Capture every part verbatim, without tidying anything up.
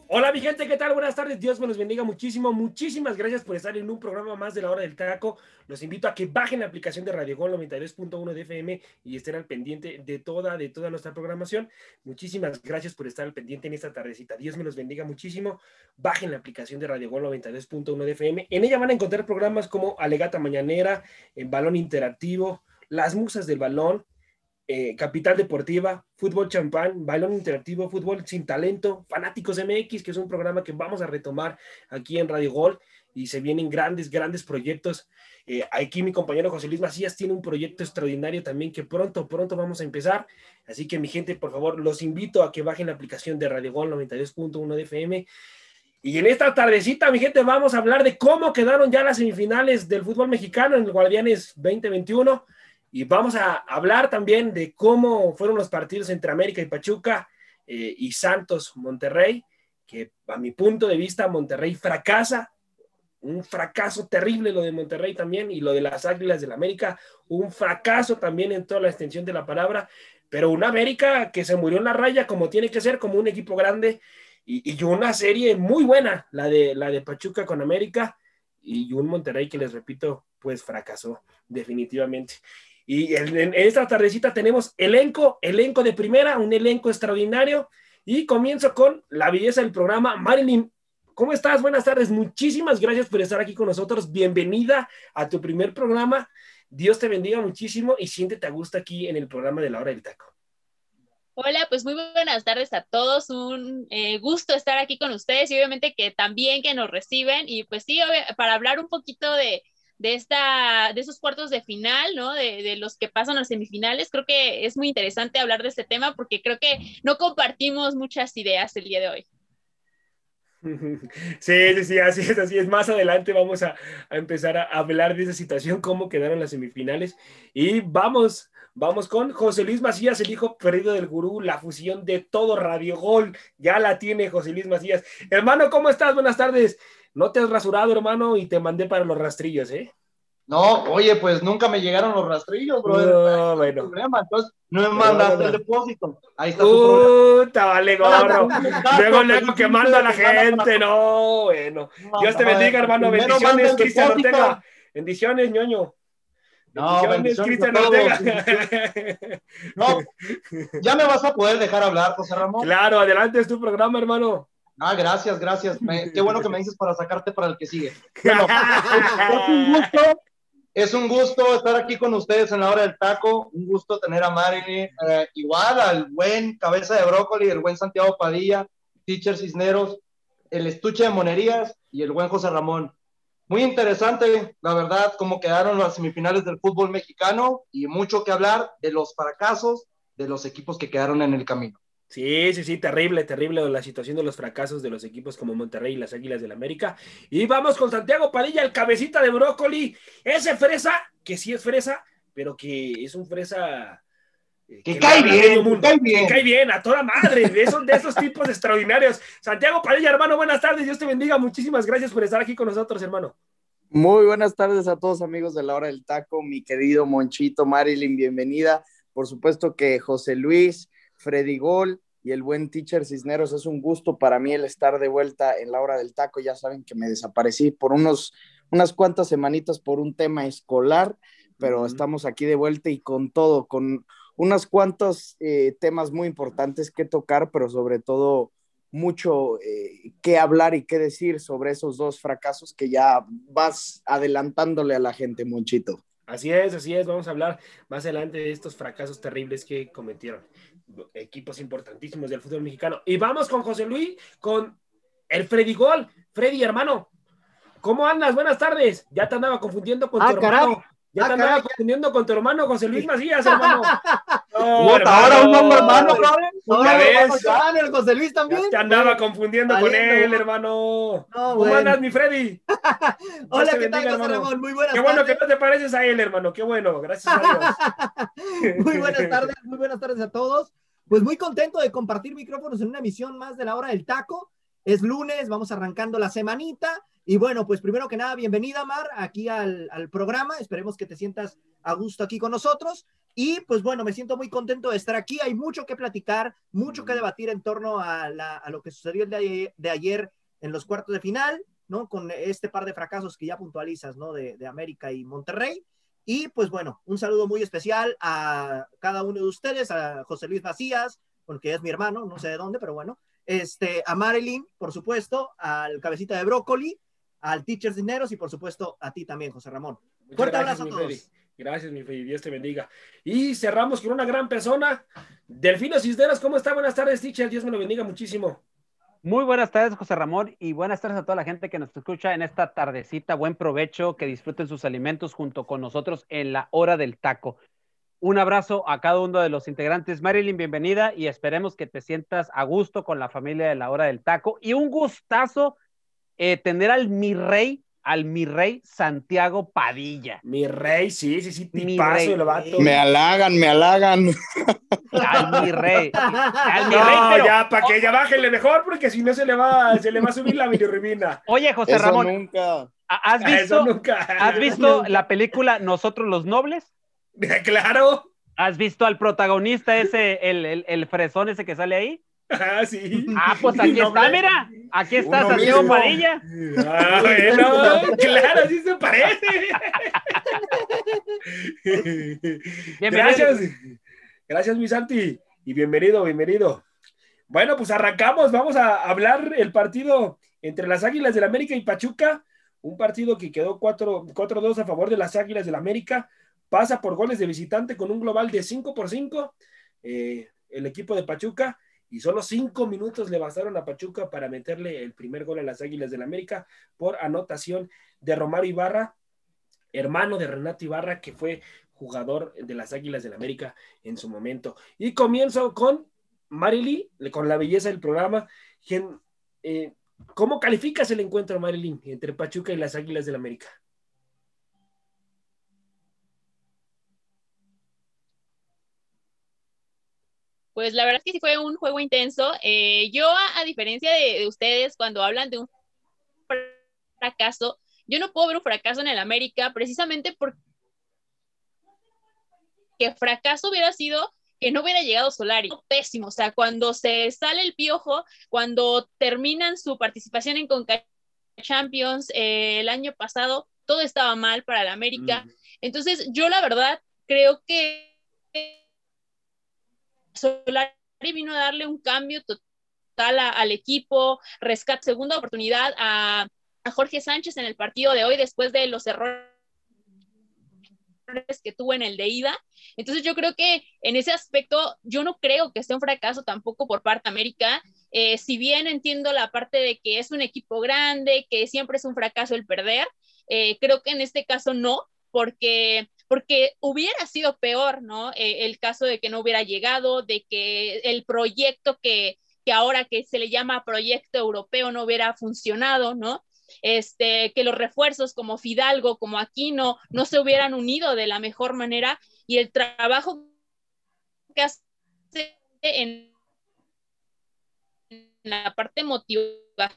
Hola mi gente, ¿qué tal? Buenas tardes, Dios me los bendiga muchísimo, muchísimas gracias por estar en un programa más de la Hora del Taco. Los invito a que bajen la aplicación de Radio Gol noventa y dos punto uno de F M y estén al pendiente de toda, de toda nuestra programación. Muchísimas gracias por estar al pendiente en esta tardecita, Dios me los bendiga muchísimo. Bajen la aplicación de Radio Gol noventa y dos punto uno de F M, en ella van a encontrar programas como Alegata Mañanera, en Balón Interactivo, Las Musas del Balón, Eh, Capital Deportiva, Fútbol Champán, Balón Interactivo, Fútbol Sin Talento, Fanáticos M X, que es un programa que vamos a retomar aquí en Radio Gol y se vienen grandes, grandes proyectos. Eh, aquí mi compañero José Luis Macías tiene un proyecto extraordinario también que pronto, pronto vamos a empezar. Así que mi gente, por favor, los invito a que bajen la aplicación de Radio Gol noventa y dos punto uno de F M. Y en esta tardecita, mi gente, vamos a hablar de cómo quedaron ya las semifinales del fútbol mexicano en el Guardianes veinte veintiuno. Y vamos a hablar también de cómo fueron los partidos entre América y Pachuca eh, y Santos Monterrey, que a mi punto de vista Monterrey fracasa, un fracaso terrible lo de Monterrey también, y lo de las Águilas del América, un fracaso también en toda la extensión de la palabra, pero una América que se murió en la raya como tiene que ser, como un equipo grande, y, y una serie muy buena, la de, la de Pachuca con América, y un Monterrey que les repito, pues fracasó definitivamente. Y en, en esta tardecita tenemos elenco, elenco de primera, un elenco extraordinario. Y comienzo con la belleza del programa. Marilyn, ¿cómo estás? Buenas tardes. Muchísimas gracias por estar aquí con nosotros. Bienvenida a tu primer programa. Dios te bendiga muchísimo y siéntete a gusto aquí en el programa de La Hora del Taco. Hola, pues muy buenas tardes a todos, un eh, gusto estar aquí con ustedes y obviamente que también que nos reciben y pues sí, para hablar un poquito de, de, esta, de esos cuartos de final, ¿no? De, de los que pasan a las semifinales, creo que es muy interesante hablar de este tema porque creo que no compartimos muchas ideas el día de hoy. Sí, sí, sí, así es, así es. Más adelante vamos a, a empezar a hablar de esa situación, cómo quedaron las semifinales. Y vamos, vamos con José Luis Macías, el hijo perdido del gurú, la fusión de todo Radio Gol. Ya la tiene José Luis Macías. Hermano, ¿cómo estás? Buenas tardes. No te has rasurado, hermano, y te mandé para los rastrillos, ¿eh? No, oye, pues nunca me llegaron los rastrillos, brother. No, bueno. Problema. Entonces, no me Perdón, mandaste hermano. el depósito. Ahí está tu problema. Puta, vale gorro. Luego, luego quemando a la gente. No, bueno. Dios te bendiga, hermano. Bendiciones, Cristian Ortega. Bendiciones, ñoño. No, Bendiciones, Cristian a todos. Ortega. No, ya me vas a poder dejar hablar, José Ramón. Claro, adelante, es tu programa, hermano. Ah, gracias, gracias. Me, qué bueno que me dices para sacarte para el que sigue. Bueno, es, es un gusto. Es un gusto estar aquí con ustedes en la Hora del Taco, un gusto tener a Marilyn, eh, igual al buen Cabeza de Brócoli, el buen Santiago Padilla, Teacher Cisneros, el Estuche de Monerías y el buen José Ramón. Muy interesante, la verdad, cómo quedaron las semifinales del fútbol mexicano y mucho que hablar de los fracasos de los equipos que quedaron en el camino. Sí, sí, sí, terrible, terrible la situación de los fracasos de los equipos como Monterrey y las Águilas del América. Y vamos con Santiago Padilla, el cabecita de brócoli, ese fresa, que sí es fresa, pero que es un fresa... Eh, que, que cae bien, que cae bien. Que cae bien, a toda madre, de esos, de esos tipos extraordinarios. Santiago Padilla, hermano, buenas tardes, Dios te bendiga, muchísimas gracias por estar aquí con nosotros, hermano. Muy buenas tardes a todos amigos de la Hora del Taco, mi querido Monchito, Marilyn, bienvenida. Por supuesto que José Luis, Freddy Gol y el buen Teacher Cisneros, es un gusto para mí el estar de vuelta en la Hora del Taco. Ya saben que me desaparecí por unos, unas cuantas semanitas por un tema escolar, pero uh-huh. estamos aquí de vuelta y con todo, con unos cuantos eh, temas muy importantes que tocar, pero sobre todo mucho eh, que hablar y que decir sobre esos dos fracasos que ya vas adelantándole a la gente, Monchito. Así es, así es, vamos a hablar más adelante de estos fracasos terribles que cometieron equipos importantísimos del fútbol mexicano. Y vamos con José Luis, con el Freddy Gol. Freddy, hermano, ¿cómo andas? Buenas tardes. Ya te andaba confundiendo con ah, tu hermano. Caray. Ya te ah, andaba caray. confundiendo con tu hermano José Luis Macías, hermano. No, hermano. Ahora un hombre hermano, brother. Ahora ves. Hermano, el José Luis también. Ya te andaba confundiendo Valiendo, con él, bueno. hermano. No, ¿Cómo bueno. andas, mi Freddy? Hola, ¿qué tal, José Ramón? Muy buenas Qué bueno tardes. que no te pareces a él, hermano. Qué bueno, gracias a Dios. Muy buenas tardes, muy buenas tardes a todos. Pues muy contento de compartir micrófonos en una emisión más de la Hora del Taco. Es lunes, vamos arrancando la semanita Y bueno, pues primero que nada, bienvenida, Mar, aquí al, al programa. Esperemos que te sientas a gusto aquí con nosotros. Y pues bueno, me siento muy contento de estar aquí. Hay mucho que platicar, mucho que debatir en torno a, la, a lo que sucedió el de, de ayer en los cuartos de final, ¿no? Con este par de fracasos que ya puntualizas, ¿no? De, de América y Monterrey. Y pues bueno, un saludo muy especial a cada uno de ustedes, a José Luis Macías, porque es mi hermano, no sé de dónde, pero bueno. Este, a Marilyn, por supuesto, al Cabecita de Brócoli, al Teacher Dineros y por supuesto a ti también, José Ramón. Muchas Fuerte gracias, abrazo mi a todos. Freddy. Gracias, mi Freddy. Dios te bendiga. Y cerramos con una gran persona, Delfino Cisneros. ¿Cómo está? Buenas tardes, teacher. Dios me lo bendiga muchísimo. Muy buenas tardes, José Ramón, y buenas tardes a toda la gente que nos escucha en esta tardecita. Buen provecho, que disfruten sus alimentos junto con nosotros en la hora del taco. Un abrazo a cada uno de los integrantes. Marilyn, bienvenida, y esperemos que te sientas a gusto con la familia de la hora del taco. Y un gustazo eh, tener al mi rey, al mi rey Santiago Padilla. Mi rey, sí, sí, sí, Mi tipazo rey. el vato. Me halagan, me halagan. Al mi rey. Al mi No, rey, pero... ya, para que ya bájenle mejor, porque si no se le va, se le va a subir la bilirrubina. Oye, José Eso Ramón, nunca. ¿has Eso visto, nunca. ¿has visto la película Nosotros los Nobles? Claro. ¿Has visto al protagonista ese, el, el, el fresón ese que sale ahí? Ah, sí. Ah, pues aquí Noble. está, mira. Aquí está Uno Santiago mismo. Padilla. Ah, bueno, claro, sí se parece. Bienvenido. Gracias. Gracias, mi Santi. Y bienvenido, bienvenido. Bueno, pues arrancamos. Vamos a hablar el partido entre las Águilas del América y Pachuca. Un partido que quedó cuatro dos a favor de las Águilas del América. Pasa por goles de visitante con un global de cinco por cinco. Eh, el equipo de Pachuca. Y solo cinco minutos le bastaron a Pachuca para meterle el primer gol a las Águilas del América por anotación de Romario Ibarra, hermano de Renato Ibarra, que fue jugador de las Águilas del América en su momento. Y comienzo con Marilyn, con la belleza del programa. Eh, ¿Cómo calificas el encuentro, Marilyn, entre Pachuca y las Águilas del América? Pues la verdad es que sí fue un juego intenso. Eh, yo, a, a diferencia de, de ustedes, cuando hablan de un fracaso, yo no puedo ver un fracaso en el América precisamente porque fracaso hubiera sido que no hubiera llegado Solari. Pésimo, o sea, cuando se sale el Piojo, cuando terminan su participación en Conca Champions eh, el año pasado, todo estaba mal para el América. Mm. Entonces, yo la verdad creo que Solari vino a darle un cambio total a, al equipo, rescate, segunda oportunidad a, a Jorge Sánchez en el partido de hoy después de los errores que tuvo en el de ida. Entonces yo creo que en ese aspecto yo no creo que sea un fracaso tampoco por parte de América, eh, si bien entiendo la parte de que es un equipo grande, que siempre es un fracaso el perder, eh, creo que en este caso no, porque porque hubiera sido peor, ¿no? Eh, el caso de que no hubiera llegado, de que el proyecto que, que ahora que se le llama proyecto europeo no hubiera funcionado, ¿no? Este, que los refuerzos como Fidalgo, como Aquino, no se hubieran unido de la mejor manera, y el trabajo que hace en la parte motivacional,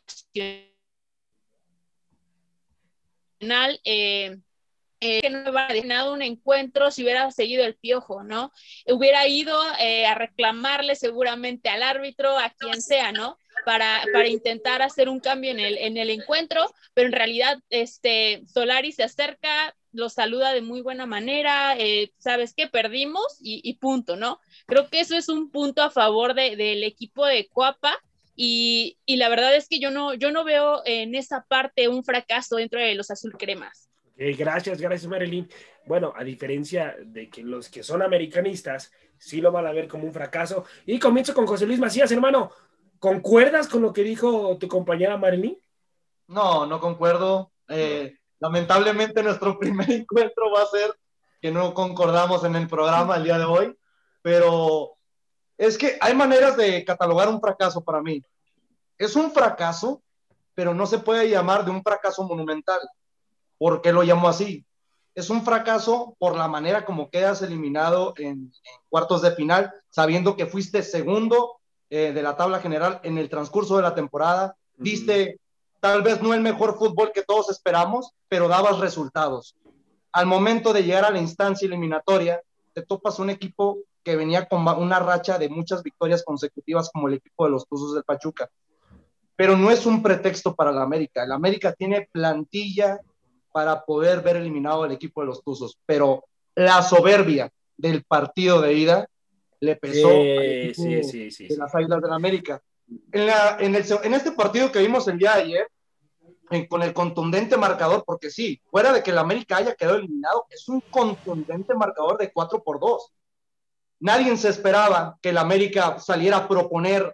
eh, Eh, que no hubiera ganado un encuentro si hubiera seguido el Piojo, ¿no? Hubiera ido eh, a reclamarle seguramente al árbitro, a quien sea, ¿no? Para, para intentar hacer un cambio en el, en el encuentro, pero en realidad este, Solari se acerca, lo saluda de muy buena manera, eh, ¿sabes qué? Perdimos y, y punto, ¿no? Creo que eso es un punto a favor de, del equipo de Cuapa, y, y la verdad es que yo no, yo no veo en esa parte un fracaso dentro de los azulcremas. Eh, gracias, gracias, Marilyn. Bueno, a diferencia de que los que son americanistas sí lo van a ver como un fracaso. Y comienzo con José Luis Macías, hermano. ¿Concuerdas con lo que dijo tu compañera Marilyn? No, no concuerdo. Eh, lamentablemente nuestro primer encuentro va a ser que no concordamos en el programa el día de hoy, pero es que hay maneras de catalogar un fracaso para mí. Es un fracaso, pero no se puede llamar de un fracaso monumental. ¿Por qué lo llamo así? Es un fracaso por la manera como quedas eliminado en, en cuartos de final, sabiendo que fuiste segundo eh, de la tabla general en el transcurso de la temporada, diste tal vez no el mejor fútbol que todos esperamos, pero dabas resultados. Al momento de llegar a la instancia eliminatoria, te topas un equipo que venía con una racha de muchas victorias consecutivas como el equipo de los Tuzos del Pachuca. Pero no es un pretexto para la América. El América tiene plantilla para poder ver eliminado al equipo de los Tuzos, pero la soberbia del partido de ida le pesó Sí, al equipo sí, sí, sí, de sí. las Águilas del América. En, la, en, el, en este partido que vimos el día de ayer, en, con el contundente marcador, porque sí, fuera de que el América haya quedado eliminado, es un contundente marcador de cuatro por dos. Nadie se esperaba que el América saliera a proponer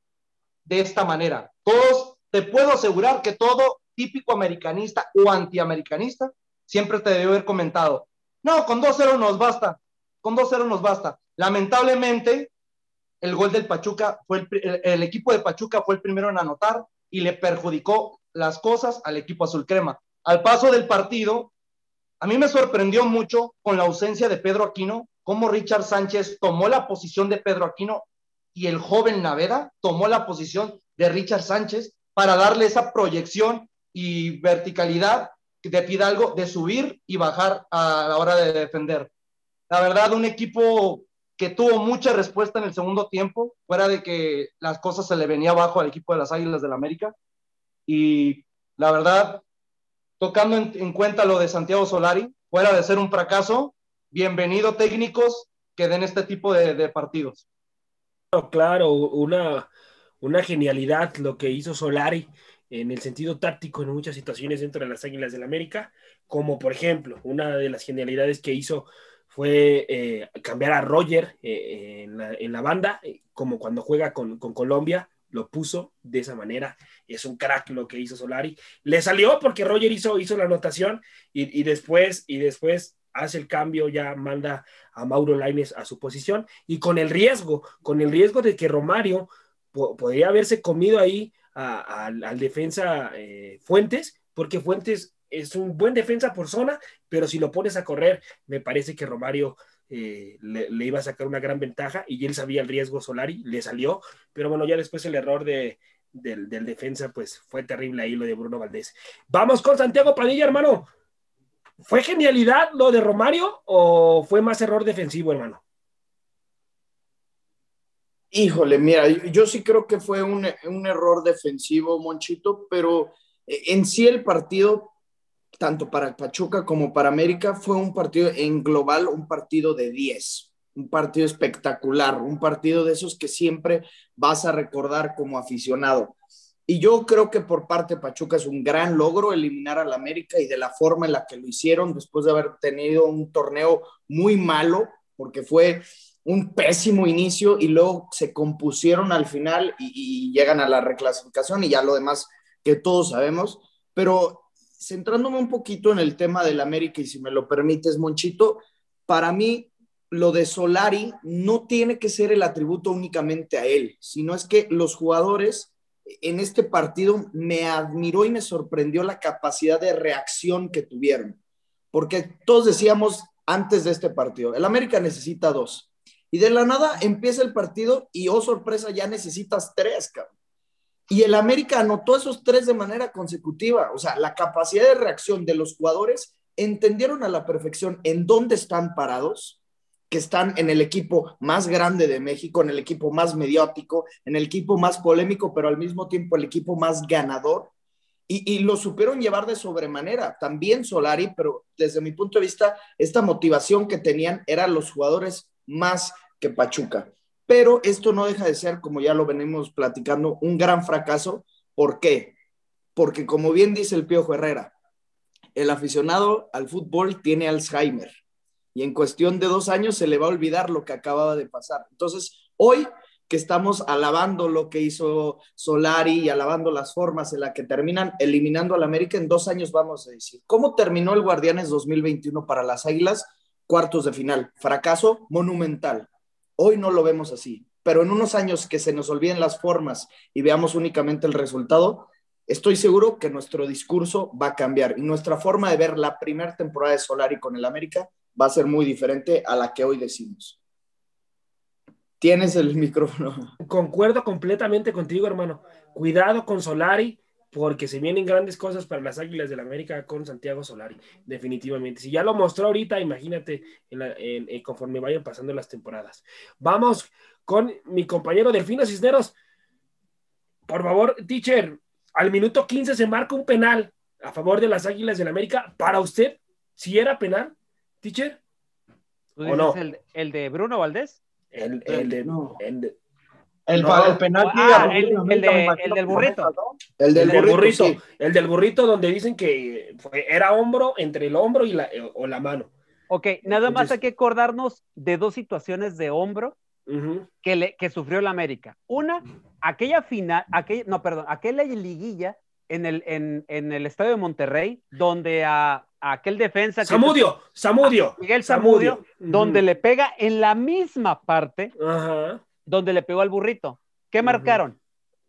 de esta manera. Todos, te puedo asegurar que todo típico americanista o antiamericanista siempre te debió haber comentado, no, con dos cero nos basta, con dos cero nos basta. Lamentablemente, el gol del Pachuca, fue el, el, el equipo de Pachuca fue el primero en anotar y le perjudicó las cosas al equipo azul crema. Al paso del partido, a mí me sorprendió mucho con la ausencia de Pedro Aquino, cómo Richard Sánchez tomó la posición de Pedro Aquino y el joven Naveda tomó la posición de Richard Sánchez para darle esa proyección y verticalidad de Fidalgo de subir y bajar a la hora de defender. La verdad, un equipo que tuvo mucha respuesta en el segundo tiempo, fuera de que las cosas se le venía abajo al equipo de las Águilas del América. Y la verdad, tocando en, en cuenta lo de Santiago Solari, fuera de ser un fracaso, bienvenido técnicos que den este tipo de, de partidos. Claro, una, una genialidad lo que hizo Solari en el sentido táctico en muchas situaciones dentro de las Águilas del América, como por ejemplo, una de las genialidades que hizo fue eh, cambiar a Roger eh, en, la, en la banda, eh, como cuando juega con, con Colombia, lo puso de esa manera. Es un crack lo que hizo Solari. Le salió porque Roger hizo, hizo la anotación y, y después, y después hace el cambio, ya manda a Mauro Lainez a su posición y con el riesgo, con el riesgo de que Romario po podría haberse comido ahí a, a, al defensa eh, Fuentes, porque Fuentes es un buen defensa por zona, pero si lo pones a correr, me parece que Romario eh, le, le iba a sacar una gran ventaja y él sabía el riesgo Solari, le salió, pero bueno, ya después el error de, del, del defensa, pues fue terrible ahí lo de Bruno Valdés. Vamos con Santiago Padilla, hermano. ¿Fue genialidad lo de Romario o fue más error defensivo, hermano? Híjole, mira, yo sí creo que fue un, un error defensivo, Monchito, pero en sí el partido, tanto para Pachuca como para América, fue un partido en global, un partido de diez, un partido espectacular, un partido de esos que siempre vas a recordar como aficionado. Y yo creo que por parte de Pachuca es un gran logro eliminar al América y de la forma en la que lo hicieron después de haber tenido un torneo muy malo, porque fue un pésimo inicio y luego se compusieron al final y, y llegan a la reclasificación y ya lo demás que todos sabemos. Pero centrándome un poquito en el tema del América y si me lo permites, Monchito, para mí lo de Solari no tiene que ser el atributo únicamente a él, sino es que los jugadores en este partido me admiró y me sorprendió la capacidad de reacción que tuvieron, porque todos decíamos antes de este partido, el América necesita dos, y de la nada empieza el partido y, oh sorpresa, ya necesitas tres, cabrón. Y el América anotó esos tres de manera consecutiva, o sea, la capacidad de reacción de los jugadores, entendieron a la perfección en dónde están parados, que están en el equipo más grande de México, en el equipo más mediático, en el equipo más polémico, pero al mismo tiempo el equipo más ganador, y, y lo supieron llevar de sobremanera, también Solari, pero desde mi punto de vista, esta motivación que tenían eran los jugadores más que Pachuca. Pero esto no deja de ser, como ya lo venimos platicando, un gran fracaso. ¿Por qué? Porque como bien dice el Piojo Herrera, el aficionado al fútbol tiene Alzheimer y en cuestión de dos años se le va a olvidar lo que acababa de pasar. Entonces, hoy que estamos alabando lo que hizo Solari y alabando las formas en las que terminan eliminando al América, en dos años vamos a decir, ¿cómo terminó el Guardianes dos mil veintiuno para las Águilas? Cuartos de final, fracaso monumental. Hoy no lo vemos así, pero en unos años que se nos olviden las formas y veamos únicamente el resultado, estoy seguro que nuestro discurso va a cambiar y nuestra forma de ver la primera temporada de Solari con el América va a ser muy diferente a la que hoy decimos. Tienes el micrófono. Concuerdo completamente contigo, hermano. Cuidado con Solari, porque se vienen grandes cosas para las Águilas del la América con Santiago Solari, definitivamente. Si ya lo mostró ahorita, imagínate en la, en, en, conforme vayan pasando las temporadas. Vamos con mi compañero Delfino Cisneros. Por favor, teacher, al minuto quince se marca un penal a favor de las Águilas del la América. Para usted, ¿si era penal, teacher? ¿Tú dices no? el, el de Bruno Valdés? El, el de... No. El de El, no, el penal ah, el, el, de, el del burrito. El del, el del burrito, burrito sí. El del burrito donde dicen que fue, era hombro, entre el hombro y la, o la mano. Ok, nada Entonces, más hay que acordarnos de dos situaciones de hombro uh-huh. que, le, que sufrió la América. Una, aquella final, aquella, no, perdón, aquella liguilla en el, en, en el estadio de Monterrey, donde a, a aquel defensa... Samudio, que, Samudio. Miguel Samudio, Samudio. Uh-huh. donde le pega en la misma parte... Ajá. Uh-huh. donde le pegó al burrito. ¿Qué uh-huh. marcaron?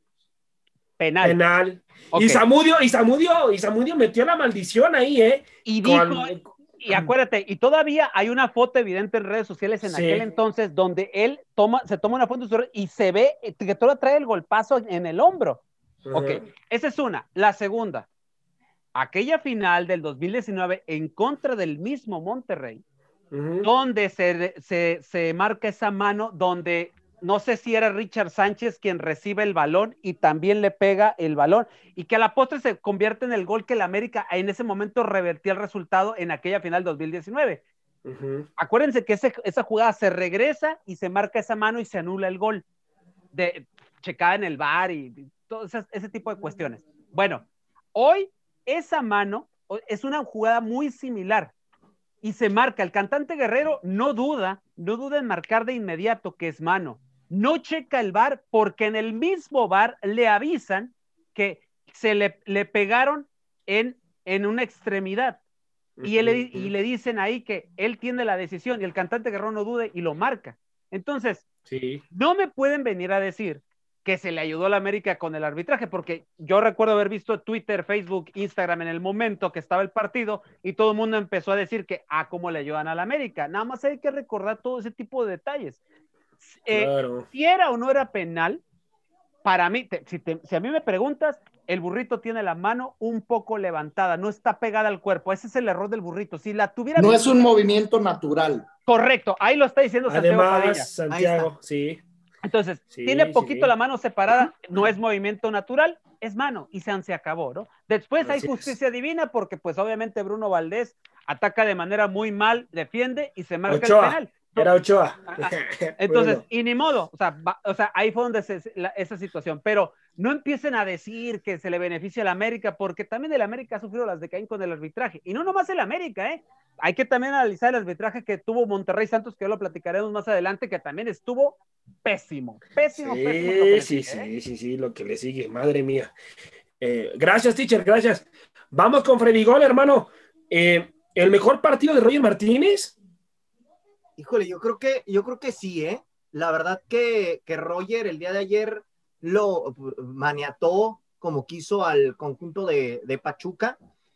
Penal. Penal. Okay. Y Samudio, y Samudio, y Samudio metió la maldición ahí, ¿eh? Y dijo, Con... y acuérdate, y todavía hay una foto evidente en redes sociales en sí. aquel entonces donde él toma, se toma una foto y se ve que todo trae el golpazo en el hombro. Uh-huh. Ok, esa es una. La segunda, aquella final del dos mil diecinueve en contra del mismo Monterrey, uh-huh. donde se, se, se marca esa mano, donde no sé si era Richard Sánchez quien recibe el balón y también le pega el balón, y que a la postre se convierte en el gol que el América en ese momento revertía el resultado en aquella final dos mil diecinueve. Uh-huh. Acuérdense que ese, esa jugada se regresa y se marca esa mano y se anula el gol, de, checada en el V A R y, y todo ese, ese tipo de cuestiones. Bueno, hoy esa mano es una jugada muy similar y se marca. El cantante Guerrero no duda, no duda en marcar de inmediato que es mano. No checa el V A R porque en el mismo V A R le avisan que se le, le pegaron en, en una extremidad y, él, y le dicen ahí que él tiene la decisión y el cantante Guerrero no dude y lo marca. Entonces, sí. no me pueden venir a decir que se le ayudó a la América con el arbitraje, porque yo recuerdo haber visto Twitter, Facebook, Instagram en el momento que estaba el partido y todo el mundo empezó a decir que, ah, cómo le ayudan a la América. Nada más hay que recordar todo ese tipo de detalles. Eh, claro. Si era o no era penal, para mí, te, si, te, si a mí me preguntas, el burrito tiene la mano un poco levantada, no está pegada al cuerpo. Ese es el error del burrito. Si la tuviera... No es un movimiento natural. Correcto, ahí lo está diciendo Santiago Además, Padilla. Santiago, sí. Entonces, sí, tiene poquito sí. la mano separada, no es movimiento natural, es mano, y se, se acabó, ¿no? Después Así hay justicia es. divina, porque pues obviamente Bruno Valdés ataca de manera muy mal, defiende y se marca Ochoa. el penal. Era Ochoa. Entonces, bueno. y ni modo, o sea, va, o sea ahí fue donde se, la, esa situación, pero no empiecen a decir que se le beneficia a la América, porque también el América ha sufrido las de Caín con el arbitraje, y no nomás el América, ¿eh? Hay que también analizar el arbitraje que tuvo Monterrey Santos, que ya lo platicaremos más adelante, que también estuvo pésimo, pésimo, sí, pésimo. Sí, sí, sigue, ¿eh? sí, sí, lo que le sigue, madre mía. Eh, gracias, teacher, gracias. Vamos con Freddy Gol, hermano. Eh, ¿El mejor partido de Roger Martínez? Híjole, yo creo que, yo creo que sí, ¿eh? La verdad que, que Roger el día de ayer lo maniató como quiso al conjunto de, de Pachuca,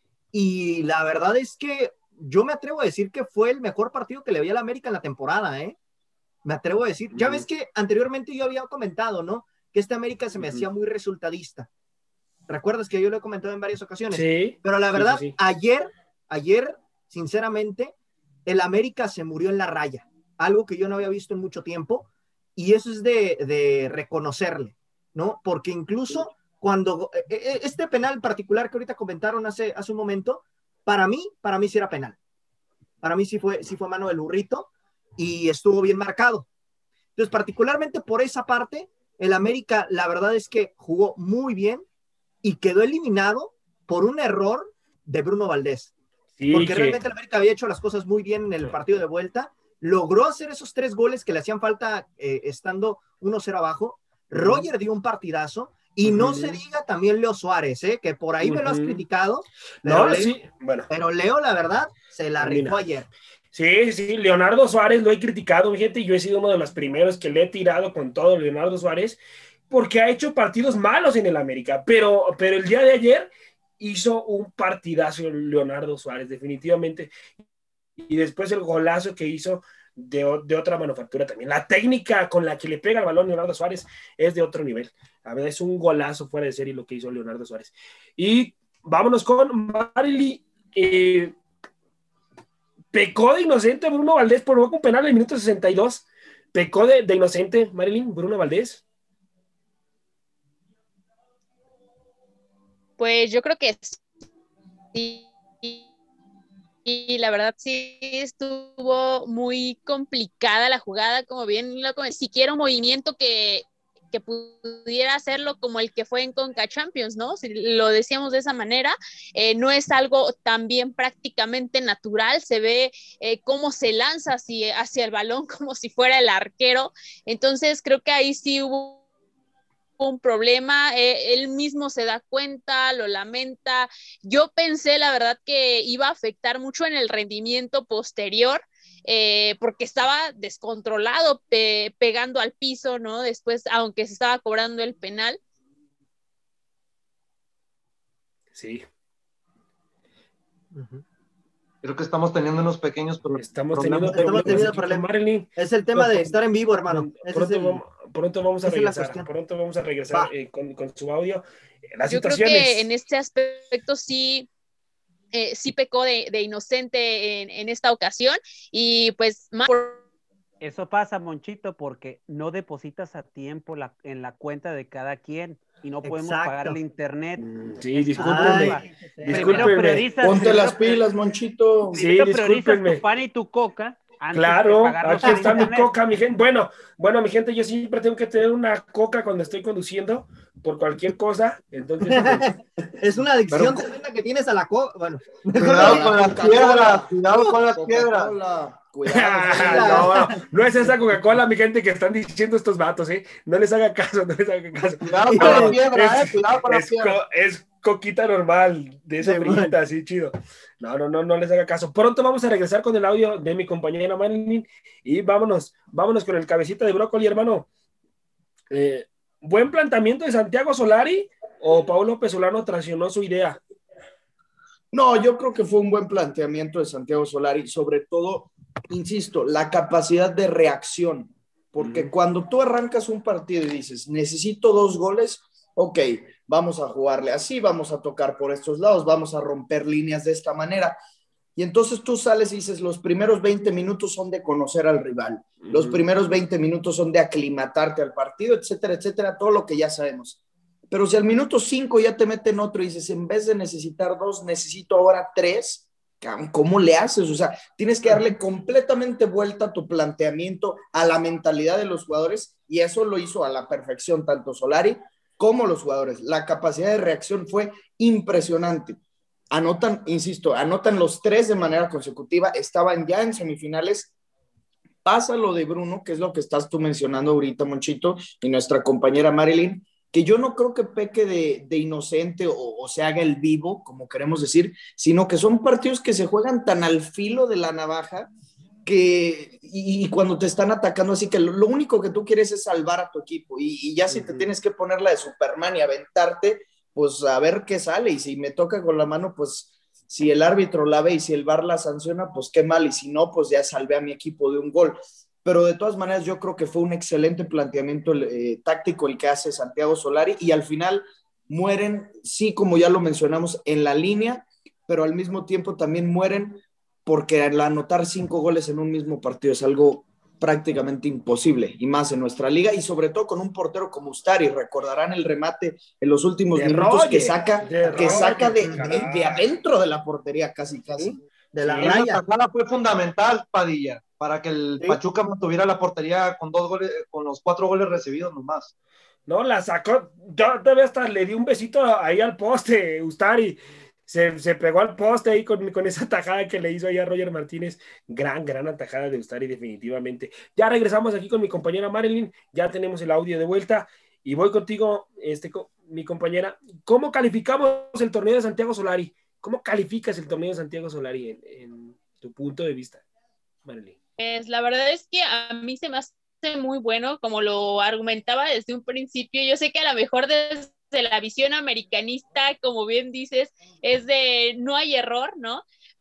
y la verdad es que yo me atrevo a decir que fue el mejor partido que le vi a la América en la temporada, ¿eh? Me atrevo a decir. Ya ves que anteriormente yo había comentado, ¿no? Que este América se me hacía muy resultadista. ¿Recuerdas que yo lo he comentado en varias ocasiones? Sí. Pero la verdad, sí, sí, sí. ayer, ayer, sinceramente, el América se murió en la raya. Algo que yo no había visto en mucho tiempo. Y eso es de, de reconocerle, ¿no? Porque incluso cuando este penal particular que ahorita comentaron hace, hace un momento, para mí, para mí sí era penal. Para mí sí fue, sí fue mano del burrito y estuvo bien marcado. Entonces, particularmente por esa parte, el América, la verdad es que jugó muy bien y quedó eliminado por un error de Bruno Valdés. Sí, porque que... realmente el América había hecho las cosas muy bien en el partido de vuelta, logró hacer esos tres goles que le hacían falta eh, estando uno cero abajo. Roger dio un partidazo. Y uh-huh. no se diga también Leo Suárez, ¿eh? Que por ahí uh-huh. me lo has criticado. Pero no, Leo, sí, bueno. Pero Leo, la verdad, se la rifó ayer. Sí, sí, Leonardo Suárez lo he criticado, gente, y yo he sido uno de los primeros que le he tirado con todo Leonardo Suárez, porque ha hecho partidos malos en el América, pero, pero el día de ayer hizo un partidazo Leonardo Suárez, definitivamente. Y después el golazo que hizo de, de otra manufactura también. La técnica con la que le pega el balón Leonardo Suárez es de otro nivel. A ver, es un golazo fuera de serie lo que hizo Leonardo Suárez. Y vámonos con Marily. Eh, pecó de inocente Bruno Valdés, provocó un penal en el minuto sesenta y dos. Pecó de, de inocente, Marilyn, Bruno Valdés. Pues yo creo que sí. Y la verdad sí estuvo muy complicada la jugada, como bien lo comenté, siquiera un movimiento que, que pudiera hacerlo como el que fue en Conca Champions, ¿no? Si lo decíamos de esa manera, eh, no es algo también prácticamente natural, se ve eh, cómo se lanza hacia, hacia el balón como si fuera el arquero, entonces creo que ahí sí hubo un problema, eh, él mismo se da cuenta, lo lamenta. Yo pensé, la verdad, que iba a afectar mucho en el rendimiento posterior, eh, porque estaba descontrolado, pe pegando al piso, ¿no? Después, aunque se estaba cobrando el penal. Sí. Uh-huh. Creo que estamos teniendo unos pequeños problemas. Estamos teniendo problemas. problemas, problemas. Marilyn. Es el tema de estar en vivo, hermano. Pronto, es el, vamos, pronto vamos a regresar. Pronto vamos a regresar eh, con, con su audio. Las Yo creo que en este aspecto sí, eh, sí pecó de, de inocente en, en esta ocasión. Y pues más por... Eso pasa, Monchito, porque no depositas a tiempo la, en la cuenta de cada quien. Y no podemos Exacto. pagar el internet. Sí, discúlpenme. discúlpenme. Ponte las pilas, Monchito. Sí, discúlpenme. Tu pan y tu coca. Claro, aquí está mi coca, mi gente. Bueno, bueno, mi gente, yo siempre tengo que tener una coca cuando estoy conduciendo por cualquier cosa. Entonces, es una adicción tremenda que tienes a la coca. Bueno, cuidado con las piedras, cuidado con las piedras. Cuidado, no, no es esa Coca-Cola, mi gente, que están diciendo estos vatos, ¿eh? No les haga caso, no les haga caso. Cuidado con no, la piedra, es, eh, cuidado con es, la piedra. Co es coquita normal, de esa frita, así chido. No, no, no, no les haga caso. Pronto vamos a regresar con el audio de mi compañera Marilyn y vámonos, vámonos con el cabecita de brócoli, hermano. Eh, ¿Buen planteamiento de Santiago Solari o Paulo Pesolano traicionó su idea? No, yo creo que fue un buen planteamiento de Santiago Solari, sobre todo, insisto, la capacidad de reacción, porque mm. cuando tú arrancas un partido y dices, necesito dos goles, ok, vamos a jugarle así, vamos a tocar por estos lados, vamos a romper líneas de esta manera, y entonces tú sales y dices, los primeros veinte minutos son de conocer al rival, mm. los primeros veinte minutos son de aclimatarte al partido, etcétera, etcétera, todo lo que ya sabemos. Pero si al minuto cinco ya te meten otro y dices, en vez de necesitar dos, necesito ahora tres, ¿cómo le haces? O sea, tienes que darle completamente vuelta a tu planteamiento, a la mentalidad de los jugadores, y eso lo hizo a la perfección tanto Solari como los jugadores. La capacidad de reacción fue impresionante. Anotan, insisto, anotan los tres de manera consecutiva, estaban ya en semifinales. Pasa lo de Bruno, que es lo que estás tú mencionando ahorita, Monchito, y nuestra compañera Marilyn, que yo no creo que peque de, de inocente o, o se haga el vivo, como queremos decir, sino que son partidos que se juegan tan al filo de la navaja que, y, y cuando te están atacando, así que lo, lo único que tú quieres es salvar a tu equipo, y, y ya si te tienes que poner la de Superman y aventarte, pues a ver qué sale, y si me toca con la mano, pues si el árbitro la ve y si el V A R la sanciona, pues qué mal, y si no, pues ya salvé a mi equipo de un gol. Pero de todas maneras yo creo que fue un excelente planteamiento eh, táctico el que hace Santiago Solari, y al final mueren, sí, como ya lo mencionamos, en la línea, pero al mismo tiempo también mueren porque al anotar cinco goles en un mismo partido es algo prácticamente imposible, y más en nuestra liga, y sobre todo con un portero como Ustari. Recordarán el remate en los últimos de minutos Roger, que saca de, que saca de, de, de adentro de la portería casi casi. ¿Sí? De la sí, raya. La fue fundamental, Padilla, para que el ¿Sí? Pachuca mantuviera la portería con dos goles, con los cuatro goles recibidos nomás. No, la sacó, yo todavía hasta le di un besito ahí al poste, Ustari. Se, se pegó al poste ahí con, con esa tajada que le hizo ahí a Roger Martínez. Gran, gran atajada de Ustari, definitivamente. Ya regresamos aquí con mi compañera Marilyn, ya tenemos el audio de vuelta, y voy contigo, este, con, mi compañera. ¿Cómo calificamos el torneo de Santiago Solari? ¿Cómo calificas el torneo de Santiago Solari en, en tu punto de vista, Marilyn? Pues la verdad es que a mí se me hace muy bueno, como lo argumentaba desde un principio. Yo sé que a lo mejor desde la visión americanista, como bien dices, es de no hay error, ¿no?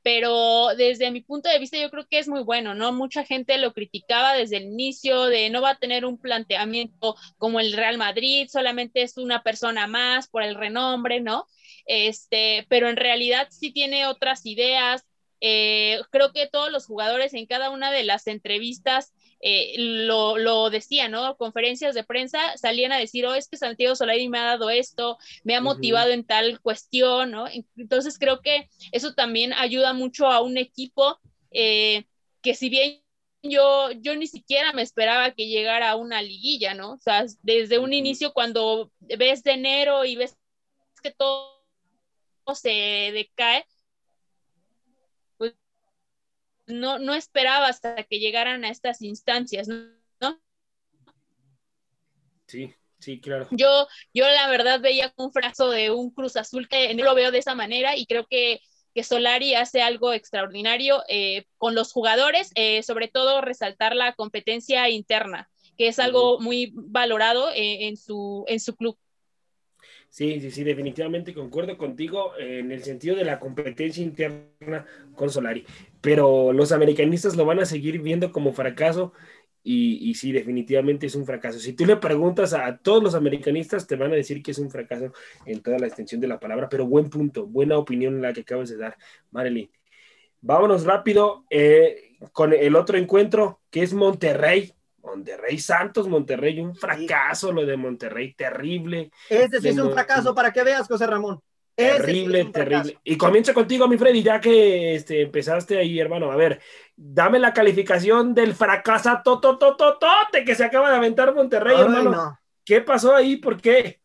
pero desde mi punto de vista yo creo que es muy bueno, ¿no? Mucha gente lo criticaba desde el inicio de no va a tener un planteamiento como el Real Madrid, solamente es una persona más por el renombre, ¿no? Este, pero en realidad sí tiene otras ideas. Eh, creo que todos los jugadores en cada una de las entrevistas eh, lo, lo decían, ¿no? Conferencias de prensa salían a decir, oh, es que Santiago Solari me ha dado esto, me ha motivado uh-huh. en tal cuestión, ¿no? Entonces creo que eso también ayuda mucho a un equipo eh, que si bien yo, yo ni siquiera me esperaba que llegara a una liguilla, ¿no? O sea, desde un uh-huh. inicio cuando ves de enero y ves que todo se decae, pues no, no esperaba hasta que llegaran a estas instancias, ¿no? Sí, sí, claro. Yo, yo la verdad veía un fracaso de un Cruz Azul que no lo veo de esa manera y creo que, que Solari hace algo extraordinario eh, con los jugadores, eh, sobre todo resaltar la competencia interna, que es algo muy valorado eh, en, su, en su club. Sí, sí, sí, definitivamente concuerdo contigo en el sentido de la competencia interna con Solari, pero los americanistas lo van a seguir viendo como fracaso y, y sí, definitivamente es un fracaso. Si tú le preguntas a, a todos los americanistas, te van a decir que es un fracaso en toda la extensión de la palabra, pero buen punto, buena opinión la que acabas de dar, Marilyn. Vámonos rápido eh, con el otro encuentro, que es Monterrey. Monterrey Santos, Monterrey, un fracaso lo de Monterrey, terrible. Ese sí es un fracaso, para que veas, José Ramón. Ese terrible, sí es terrible. Y comienzo contigo, mi Freddy, ya que este, empezaste ahí, hermano. A ver, dame la calificación del fracaso totototote que se acaba de aventar Monterrey, Ay, hermano. No. ¿Qué pasó ahí? ¿Por qué?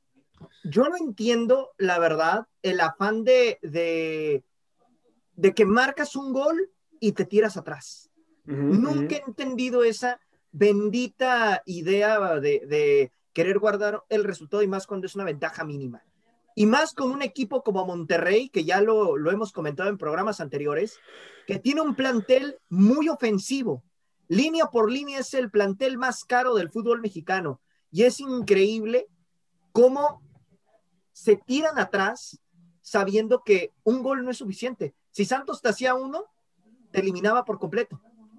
Yo no entiendo, la verdad, el afán de, de, de que marcas un gol y te tiras atrás. Uh-huh, Nunca uh-huh. he entendido esa bendita idea de, de querer guardar el resultado y más cuando es una ventaja mínima. Y más con un equipo como Monterrey, que ya lo, lo hemos comentado en programas anteriores, que tiene un plantel muy ofensivo. Línea por línea es el plantel más caro del fútbol mexicano. Y es increíble cómo se tiran atrás sabiendo que un gol no es suficiente. Si Santos te hacía uno, te eliminaba por completo.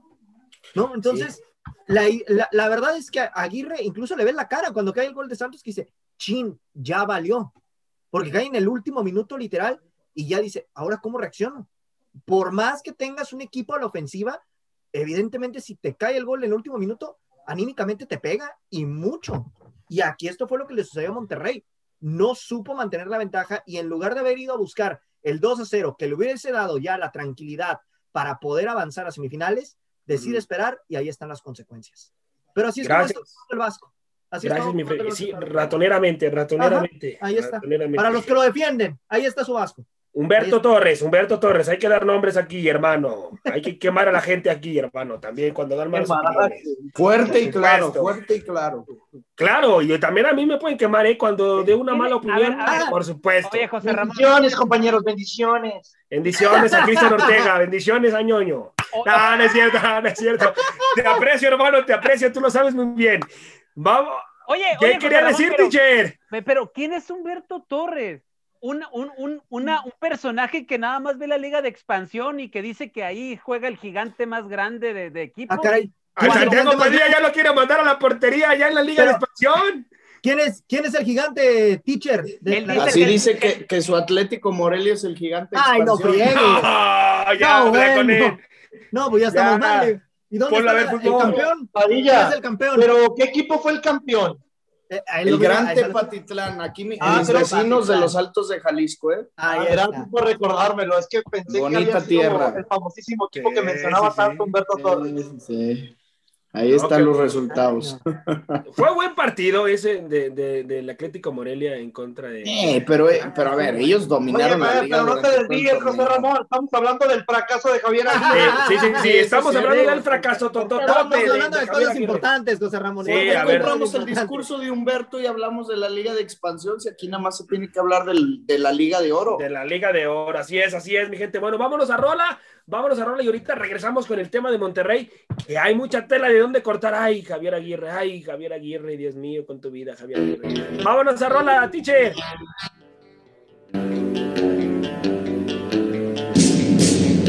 ¿No? Entonces... Sí. La, la, la verdad es que a Aguirre incluso le ve la cara cuando cae el gol de Santos que dice, chin, ya valió, porque cae en el último minuto literal y ya dice, ahora ¿cómo reacciono? Por más que tengas un equipo a la ofensiva, evidentemente si te cae el gol en el último minuto, anímicamente te pega y mucho. Y aquí esto fue lo que le sucedió a Monterrey. No supo mantener la ventaja y en lugar de haber ido a buscar el dos a cero, que le hubiese dado ya la tranquilidad para poder avanzar a semifinales, decide esperar y ahí están las consecuencias. Pero así es Gracias. como está el Vasco. Así Gracias, es mi Freddy. Sí, ratoneramente, ratoneramente. Ajá, ahí está. Ratoneramente. Para los que lo defienden, ahí está su Vasco. Humberto Torres, Humberto Torres, hay que dar nombres aquí, hermano. Hay que quemar a la gente aquí, hermano, también cuando dan malas opiniones. Fuerte y claro, fuerte y claro. Claro, y también a mí me pueden quemar, ¿eh? Cuando de una mala opinión, a ver, a ver. Por supuesto. Oye, José Ramón. Bendiciones, compañeros, bendiciones. Bendiciones a Cristian Ortega, bendiciones a Ñoño. No, no es cierto, no es cierto. Te aprecio, hermano, te aprecio, tú lo sabes muy bien. Vamos. Oye, ¿Qué oye, quería Ramón, decir, pero, teacher? Pero, ¿quién es Humberto Torres? Un, un, un, una, un personaje que nada más ve la liga de expansión y que dice que ahí juega el gigante más grande de, de equipo. Ah, caray. A Santiago Padilla ya lo quiere mandar a la portería allá en la liga pero, de expansión. ¿Quién es, ¿Quién es el gigante, teacher? De la... Así que, dice que, que su Atlético Morelia es el gigante de Ay, expansión. no friegue. No, ya no, bueno. con él. No, pues ya estamos ya. mal. ¿Y dónde Ponla está ver, el campeón? Padilla. ¿Quién es el campeón? Pero, ¿qué equipo fue el campeón? Eh, el Gran Tepatitlán, aquí mis ah, vecinos Patitlán. De los Altos de Jalisco, ¿eh? Ah, era por recordármelo, es que pensé Bonita que había tierra. sido el famosísimo equipo sí, que mencionaba sí, tanto sí. Humberto Torres. Sí, sí. Ahí no, están los resultados. Fue buen partido ese de, de, del Atlético Morelia en contra de... Eh, pero, pero a ver, ellos dominaron Oye, la liga. Pero no te desvíes, José Ramón, estamos hablando del fracaso de Javier Aguirre. Sí, sí, sí, sí, estamos sí, hablando sí, del fracaso tototote. Estamos hablando de, de cosas importantes, José Ramón. Sí, a ver. Compramos el discurso de Humberto y hablamos de la liga de expansión, si aquí nada más se tiene que hablar del, de la liga de oro. De la liga de oro, así es, así es, mi gente. Bueno, vámonos a rola. Vámonos a rola y ahorita regresamos con el tema de Monterrey, que hay mucha tela de dónde cortar. Ay, Javier Aguirre, ay, Javier Aguirre, Dios mío, con tu vida, Javier Aguirre. Vámonos a rola, teacher.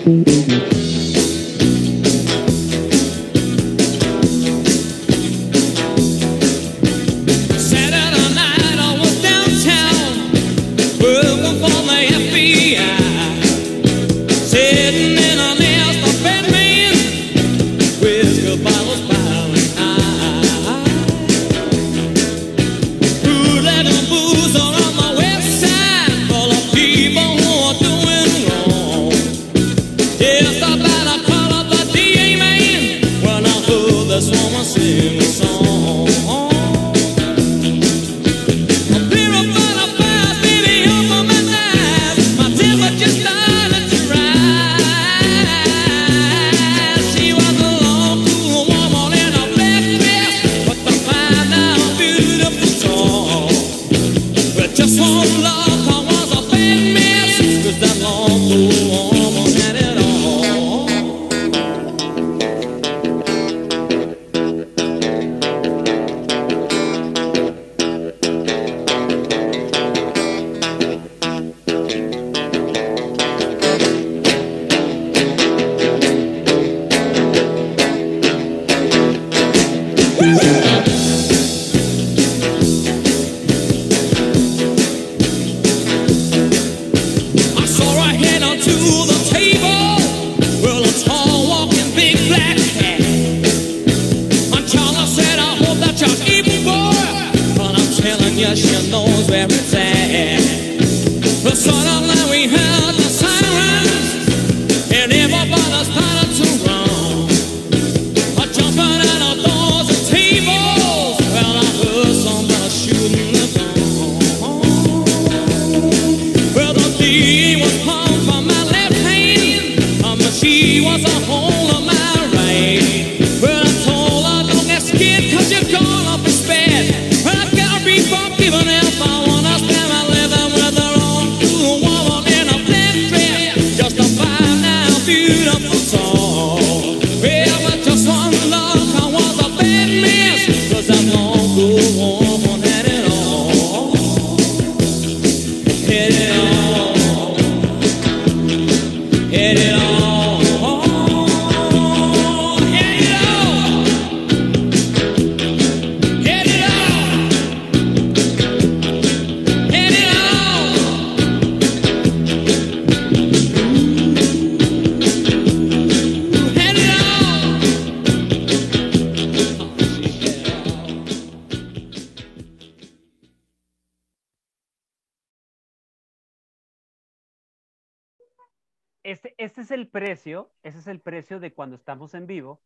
Este, este es el precio, ese es el precio de cuando estamos en vivo,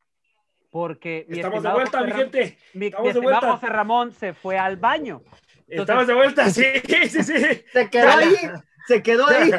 porque mi estamos de estimado vuelta, José mi Ram- gente. mi, Estamos mi de estimado vuelta. José Ramón se fue al baño. Entonces, Estamos de vuelta, sí, sí, sí. Se quedó ahí, se quedó ahí.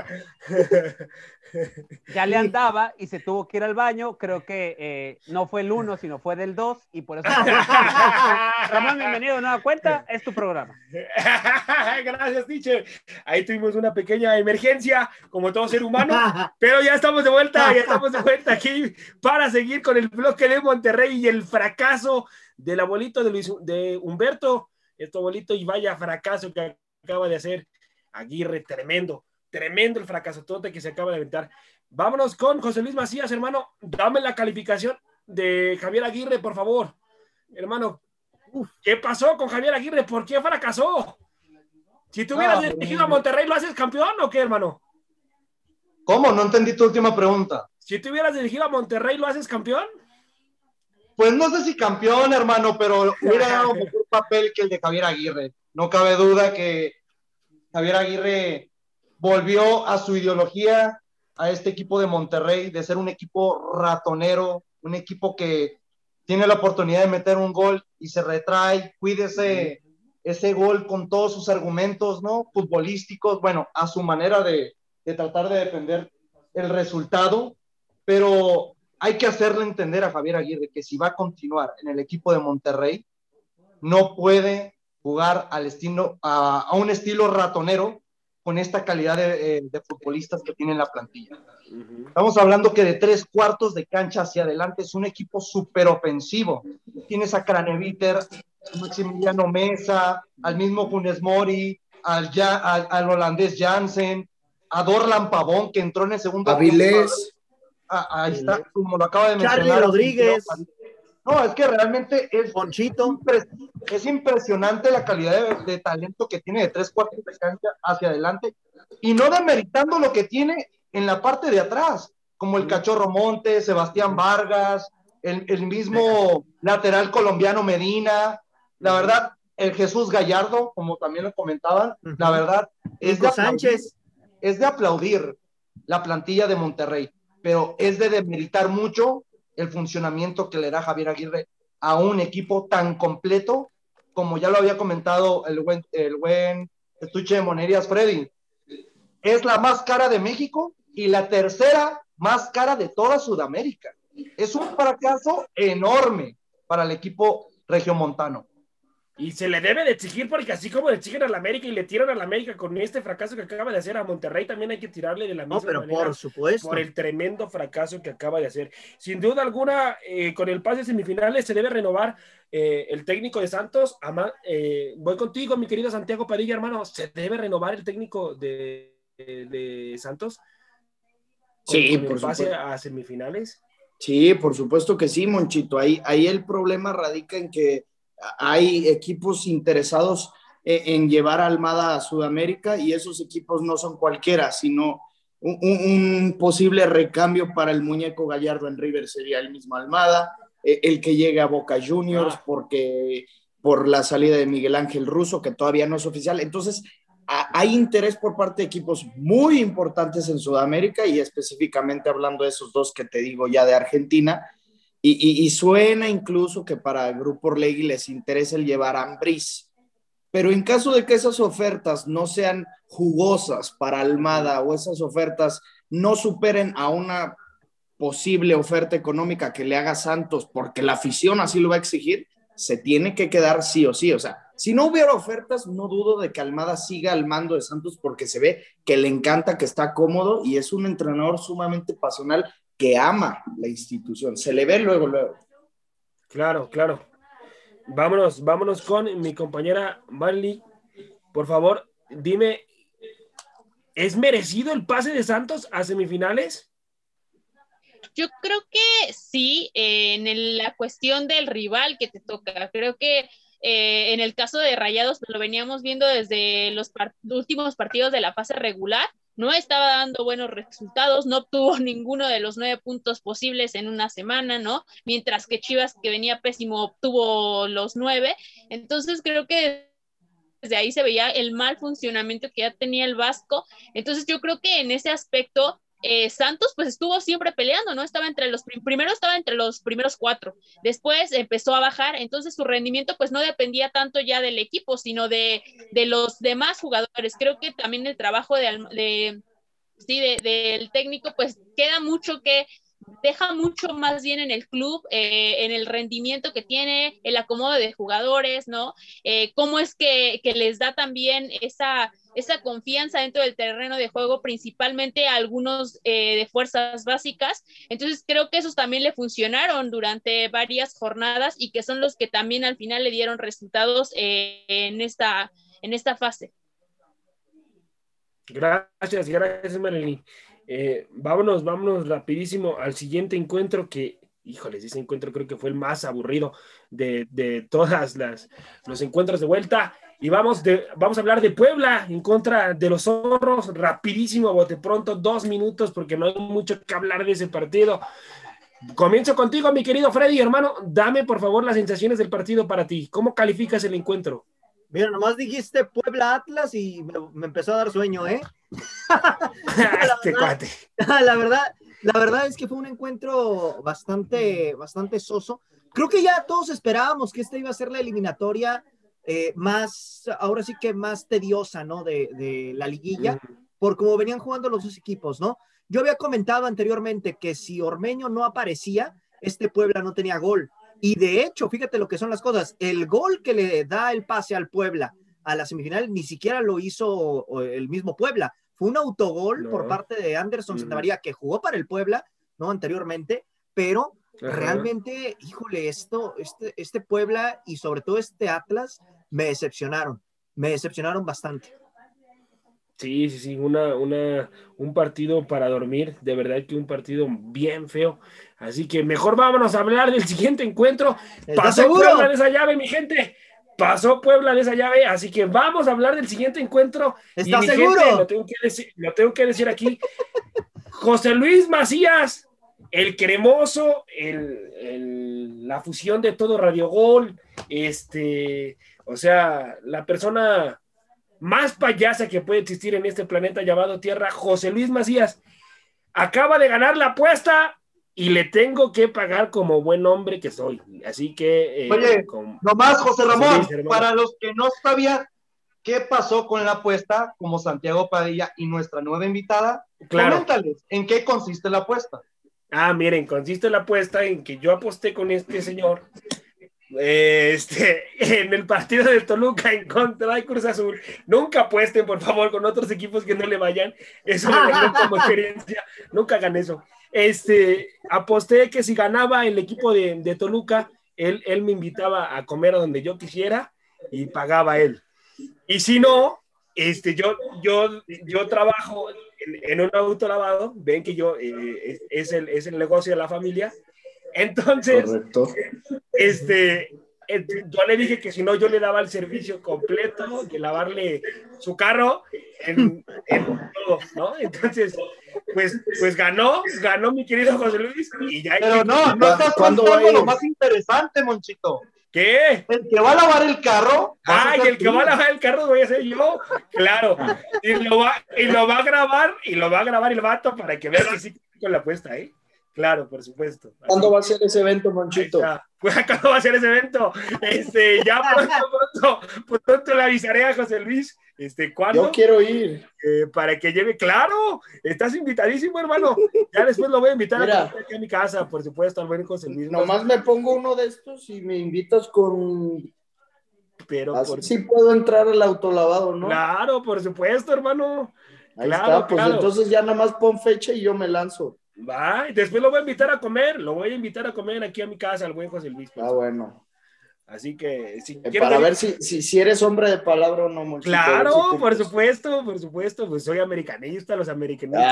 ya le andaba y se tuvo que ir al baño. Creo que eh, no fue el uno, sino fue del dos, y por eso. Ramón, bienvenido de nueva cuenta, es tu programa. Gracias, teacher. Ahí tuvimos una pequeña emergencia, como todo ser humano, pero ya estamos de vuelta, ya estamos de vuelta aquí para seguir con el bloque de Monterrey y el fracaso del abuelito de, Luis, de Humberto, este abuelito, y vaya fracaso que acaba de hacer Aguirre, tremendo, tremendo el fracaso todo que se acaba de aventar. Vámonos con José Luis Macías, hermano, dame la calificación de Javier Aguirre, por favor, hermano. ¿Qué pasó con Javier Aguirre? ¿Por qué fracasó? Si tú hubieras Ah, dirigido a Monterrey, ¿lo haces campeón o qué, hermano? ¿Cómo? No entendí tu última pregunta. Si tú hubieras dirigido a Monterrey, ¿lo haces campeón? Pues no sé si campeón, hermano, pero hubiera dado mejor papel que el de Javier Aguirre. No cabe duda que Javier Aguirre volvió a su ideología, a este equipo de Monterrey, de ser un equipo ratonero, un equipo que tiene la oportunidad de meter un gol y se retrae, cuídese ese gol con todos sus argumentos, ¿no? Futbolísticos, bueno, a su manera de, de tratar de defender el resultado, pero hay que hacerle entender a Javier Aguirre que si va a continuar en el equipo de Monterrey, no puede jugar al estilo, a, a un estilo ratonero con esta calidad de, de futbolistas que tiene en la plantilla. Uh-huh. Estamos hablando que de tres cuartos de cancha hacia adelante es un equipo súper ofensivo. Tienes a Craneviter, a Maximiliano Mesa, al mismo Funes Mori, al, ya, al, al holandés Jansen, a Dorlan Pavón, que entró en el segundo Avilés. ah, ahí está, como lo acaba de mencionar. Charlie Rodríguez. No, es que realmente es, Ponchito. es impresionante la calidad de, de talento que tiene de tres cuartos de cancha hacia adelante, y no demeritando lo que tiene en la parte de atrás, como el Cachorro Montes, Sebastián Vargas, el, el mismo lateral colombiano Medina, la verdad, el Jesús Gallardo, como también lo comentaban, uh-huh. La verdad, es de, aplaudir, es de aplaudir la plantilla de Monterrey, pero es de demeritar mucho el funcionamiento que le da Javier Aguirre a un equipo tan completo, como ya lo había comentado el buen, el buen estuche de monerías Freddy. Es la más cara de México y la tercera más cara de toda Sudamérica. Es un fracaso enorme para el equipo regiomontano. Y se le debe de exigir, porque así como le exigen a la América y le tiran a la América con este fracaso que acaba de hacer a Monterrey, también hay que tirarle de la misma no, pero manera. Por supuesto. Por el tremendo fracaso que acaba de hacer. Sin duda alguna, eh, con el pase de semifinales se debe renovar eh, el técnico de Santos. Ama, eh, voy contigo, mi querido Santiago Padilla, hermano. ¿Se debe renovar el técnico de, de, de Santos? Con, sí, con por el pase supuesto. a semifinales. Sí, por supuesto que sí, Monchito. Ahí, ahí el problema radica en que hay equipos interesados en, en llevar a Almada a Sudamérica, y esos equipos no son cualquiera, sino un, un, un posible recambio para el muñeco Gallardo en River sería el mismo Almada, eh, el que llegue a Boca Juniors ah. porque por la salida de Miguel Ángel Russo, que todavía no es oficial. Entonces, a, hay interés por parte de equipos muy importantes en Sudamérica, y específicamente hablando de esos dos que te digo ya de Argentina. Y, y, y suena incluso que para el Grupo Orlegui les interesa el llevar a Ambriz. Pero en caso de que esas ofertas no sean jugosas para Almada, o esas ofertas no superen a una posible oferta económica que le haga Santos, porque la afición así lo va a exigir, se tiene que quedar sí o sí. O sea, si no hubiera ofertas, no dudo de que Almada siga al mando de Santos, porque se ve que le encanta, que está cómodo, y es un entrenador sumamente pasional que ama la institución, se le ve luego, luego. Claro, claro. Vámonos, vámonos con mi compañera Marley. Por favor, dime, ¿es merecido el pase de Santos a semifinales? Yo creo que sí, eh, en el, la cuestión del rival que te toca. Creo que eh, en el caso de Rayados, lo veníamos viendo desde los part- últimos partidos de la fase regular. No estaba dando buenos resultados, no obtuvo ninguno de los nueve puntos posibles en una semana, ¿no? Mientras que Chivas, que venía pésimo, obtuvo los nueve. Entonces creo que desde ahí se veía el mal funcionamiento que ya tenía el Vasco. Entonces yo creo que en ese aspecto eh, Santos pues estuvo siempre peleando, ¿no? Estaba entre los, prim- primero estaba entre los primeros cuatro, después empezó a bajar, entonces su rendimiento pues no dependía tanto ya del equipo, sino de, de los demás jugadores. Creo que también el trabajo de, de sí, de, del técnico pues queda mucho que deja mucho más bien en el club, eh, en el rendimiento que tiene, el acomodo de jugadores, ¿no? Eh, cómo es que, que les da también esa, esa confianza dentro del terreno de juego, principalmente a algunos eh, de fuerzas básicas. Entonces creo que esos también le funcionaron durante varias jornadas, y que son los que también al final le dieron resultados eh, en, esta, en esta fase. Gracias, gracias, Marilyn. Eh, vámonos, vámonos rapidísimo al siguiente encuentro que, híjoles, ese encuentro creo que fue el más aburrido de, de todas las los encuentros de vuelta. Y vamos, de, vamos a hablar de Puebla en contra de los Zorros, rapidísimo, bote pronto, dos minutos, porque no hay mucho que hablar de ese partido. Comienzo contigo, mi querido Freddy, hermano, dame por favor las sensaciones del partido para ti. ¿Cómo calificas el encuentro? Mira, nomás dijiste Puebla Atlas y me, me empezó a dar sueño, ¿eh? la, este verdad, cuate. la verdad, la verdad es que fue un encuentro bastante, bastante soso. Creo que ya todos esperábamos que esta iba a ser la eliminatoria eh, más, ahora sí que más tediosa, ¿no? De, de la liguilla, por cómo venían jugando los dos equipos, ¿no? Yo había comentado anteriormente que si Ormeño no aparecía, este Puebla no tenía gol. Y de hecho, fíjate lo que son las cosas, el gol que le da el pase al Puebla a la semifinal ni siquiera lo hizo el mismo Puebla, fue un autogol no. por parte de Anderson uh-huh. Santamaría, que jugó para el Puebla, ¿no? Anteriormente, pero uh-huh. realmente, híjole, esto, este, este Puebla y sobre todo este Atlas me decepcionaron, me decepcionaron bastante. Sí, sí, sí, una, una, un partido para dormir, de verdad que un partido bien feo. Así que mejor vámonos a hablar del siguiente encuentro. ¿Estás Pasó Puebla seguro? de esa llave, mi gente. Pasó Puebla de esa llave, así que vamos a hablar del siguiente encuentro. Y ¿Estás mi gente, lo seguro? tengo que decir, lo tengo que decir aquí. José Luis Macías, el cremoso, el, el- la fusión de todo Radio Gol, este, o sea, la persona más payasa que puede existir en este planeta llamado Tierra, José Luis Macías, acaba de ganar la apuesta y le tengo que pagar como buen hombre que soy. Así que, eh, Oye, con nomás, José José Ramón, Luis, hermano. para los que no sabían qué pasó con la apuesta, como Santiago Padilla y nuestra nueva invitada, Claro. coméntales, ¿en qué consiste la apuesta? Ah, miren, consiste la apuesta en que yo aposté con este señor eh, este, en el partido de Toluca en contra de Cruz Azul. Nunca apuesten, por favor, con otros equipos que no le vayan. Eso me lo como experiencia. Nunca hagan eso. Este, aposté que si ganaba el equipo de, de Toluca, él, él me invitaba a comer a donde yo quisiera y pagaba él. Y si no, este, yo, yo, yo trabajo en, en un auto lavado, ven que yo, eh, es, es, el, es el negocio de la familia. Entonces, Correcto. este, eh, yo le dije que si no, yo le daba el servicio completo de lavarle su carro en, en todo, ¿no? Entonces, pues, pues ganó, ganó mi querido José Luis y ya. Pero no, no estás ¿Cuándo va a contando ir? lo más interesante, Monchito. ¿Qué? El que va a lavar el carro. vas a Ay, ser el que tú. va a lavar el carro voy a ser yo, claro. Y lo va, y lo va a grabar, y lo va a grabar el vato para que vea que sí con la apuesta, ¿eh? Claro, por supuesto. Así. ¿Cuándo va a ser ese evento, Ahí Monchito? está. ¿Cuándo va a ser ese evento? Este, ya pronto, pronto, pronto le avisaré a José Luis. Este, ¿cuándo? Yo quiero ir. Eh, para que lleve, claro, estás invitadísimo, hermano. Ya después lo voy a invitar Mira, a comer aquí a mi casa, por supuesto, al buen José Luis. Nomás me pongo uno de estos y me invitas con... Pero Así por... sí puedo entrar al autolavado, ¿no? Claro, por supuesto, hermano. Ahí Claro, está, pues claro. entonces ya nada más pon fecha y yo me lanzo. Va, y después lo voy a invitar a comer, lo voy a invitar a comer aquí a mi casa, al buen José Luis. Ah, bueno. Así que, si Eh, quieres para venir- ver si, si, si eres hombre de palabra o no, Monchito. a ver Claro, si por cumples. supuesto, por supuesto, pues soy americanista, los americanistas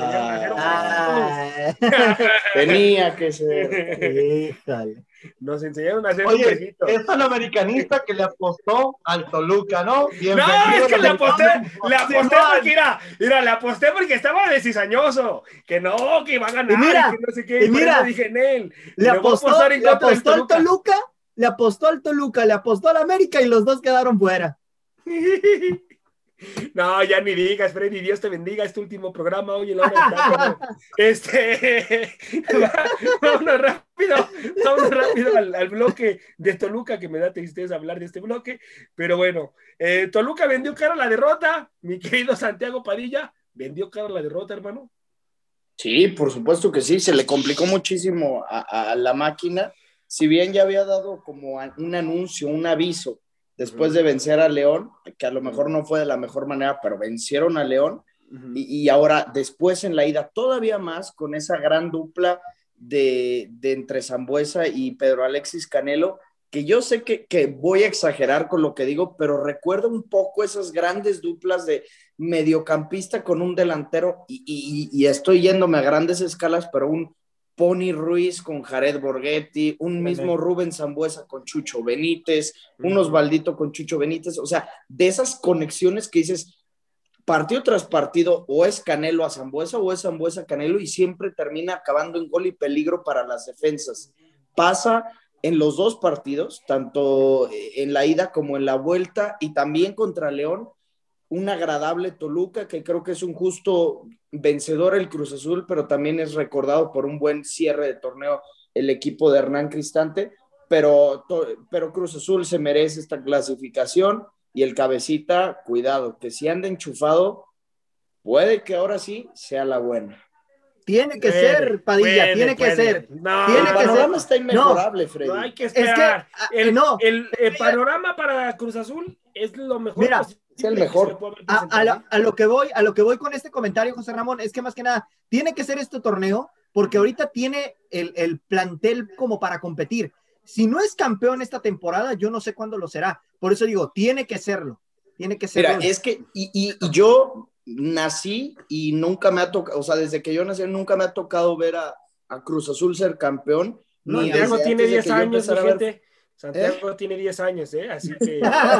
Ah. nos enseñaron a hacer Ah, Tenía que ser. híjole. nos enseñaron a hacer Oye, hombrecitos. es el americanista que le apostó al Toluca, ¿no? No, Bienvenido es que al le aposté, americano. le aposté Simón. porque mira, mira, le aposté porque estaba de cizañoso, que no, que iba a ganar, Y mira, que no sé qué, y por mira, eso dije en él. Le voy a apostó, apostar en le contra del apostó al Toluca, le apostó al Toluca, le apostó al América y los dos quedaron fuera. No, ya ni digas, Freddy, Dios te bendiga este último programa hoy en la hora del taco. Este, vámonos rápido, vámonos rápido al, al bloque de Toluca, que me da tristeza hablar de este bloque, pero bueno, eh, Toluca vendió cara la derrota, mi querido Santiago Padilla, vendió cara la derrota, hermano. Sí, por supuesto que sí, se le complicó muchísimo a, a la máquina, si bien ya había dado como un anuncio, un aviso, después de vencer a León, que a lo mejor no fue de la mejor manera, pero vencieron a León, uh-huh. y, y ahora después en la ida todavía más con esa gran dupla de, de entre Sambuesa y Pedro Alexis Canelo, que yo sé que, que voy a exagerar con lo que digo, pero recuerdo un poco esas grandes duplas de mediocampista con un delantero, y, y, y estoy yéndome a grandes escalas, pero un Pony Ruiz con Jared Borghetti, un mismo Rubén Sambuesa con Chucho Benítez, uh-huh. un Osvaldito con Chucho Benítez, o sea, de esas conexiones que dices, partido tras partido, o es Canelo a Sambuesa, o es Sambuesa a Canelo, y siempre termina acabando en gol y peligro para las defensas. Pasa en los dos partidos, tanto en la ida como en la vuelta, y también contra León, un agradable Toluca, que creo que es un justo vencedor el Cruz Azul, pero también es recordado por un buen cierre de torneo el equipo de Hernán Cristante, pero, pero Cruz Azul se merece esta clasificación, y el cabecita, cuidado, que si anda enchufado, puede que ahora sí sea la buena. Tiene que puede, ser, Padilla, puede, tiene puede. que ser. No, tiene el que panorama ser. está inmejorable, no, Freddy. No hay que esperar. Es que, el, no. el, el panorama para Cruz Azul es lo mejor. Mira, es el mejor. A, a, lo, a, lo que voy, a lo que voy con este comentario, José Ramón, es que más que nada tiene que ser este torneo, porque ahorita tiene el, el plantel como para competir. Si no es campeón esta temporada, yo no sé cuándo lo será. Por eso digo, tiene que serlo. Tiene que serlo. Mira, es que, y, y, y yo nací y nunca me ha tocado, o sea, desde que yo nací nunca me ha tocado ver a, a Cruz Azul ser campeón. No, Santiago tiene diez años, mi gente. Ver... Santiago ¿Eh? tiene diez años, ¿eh? Así que...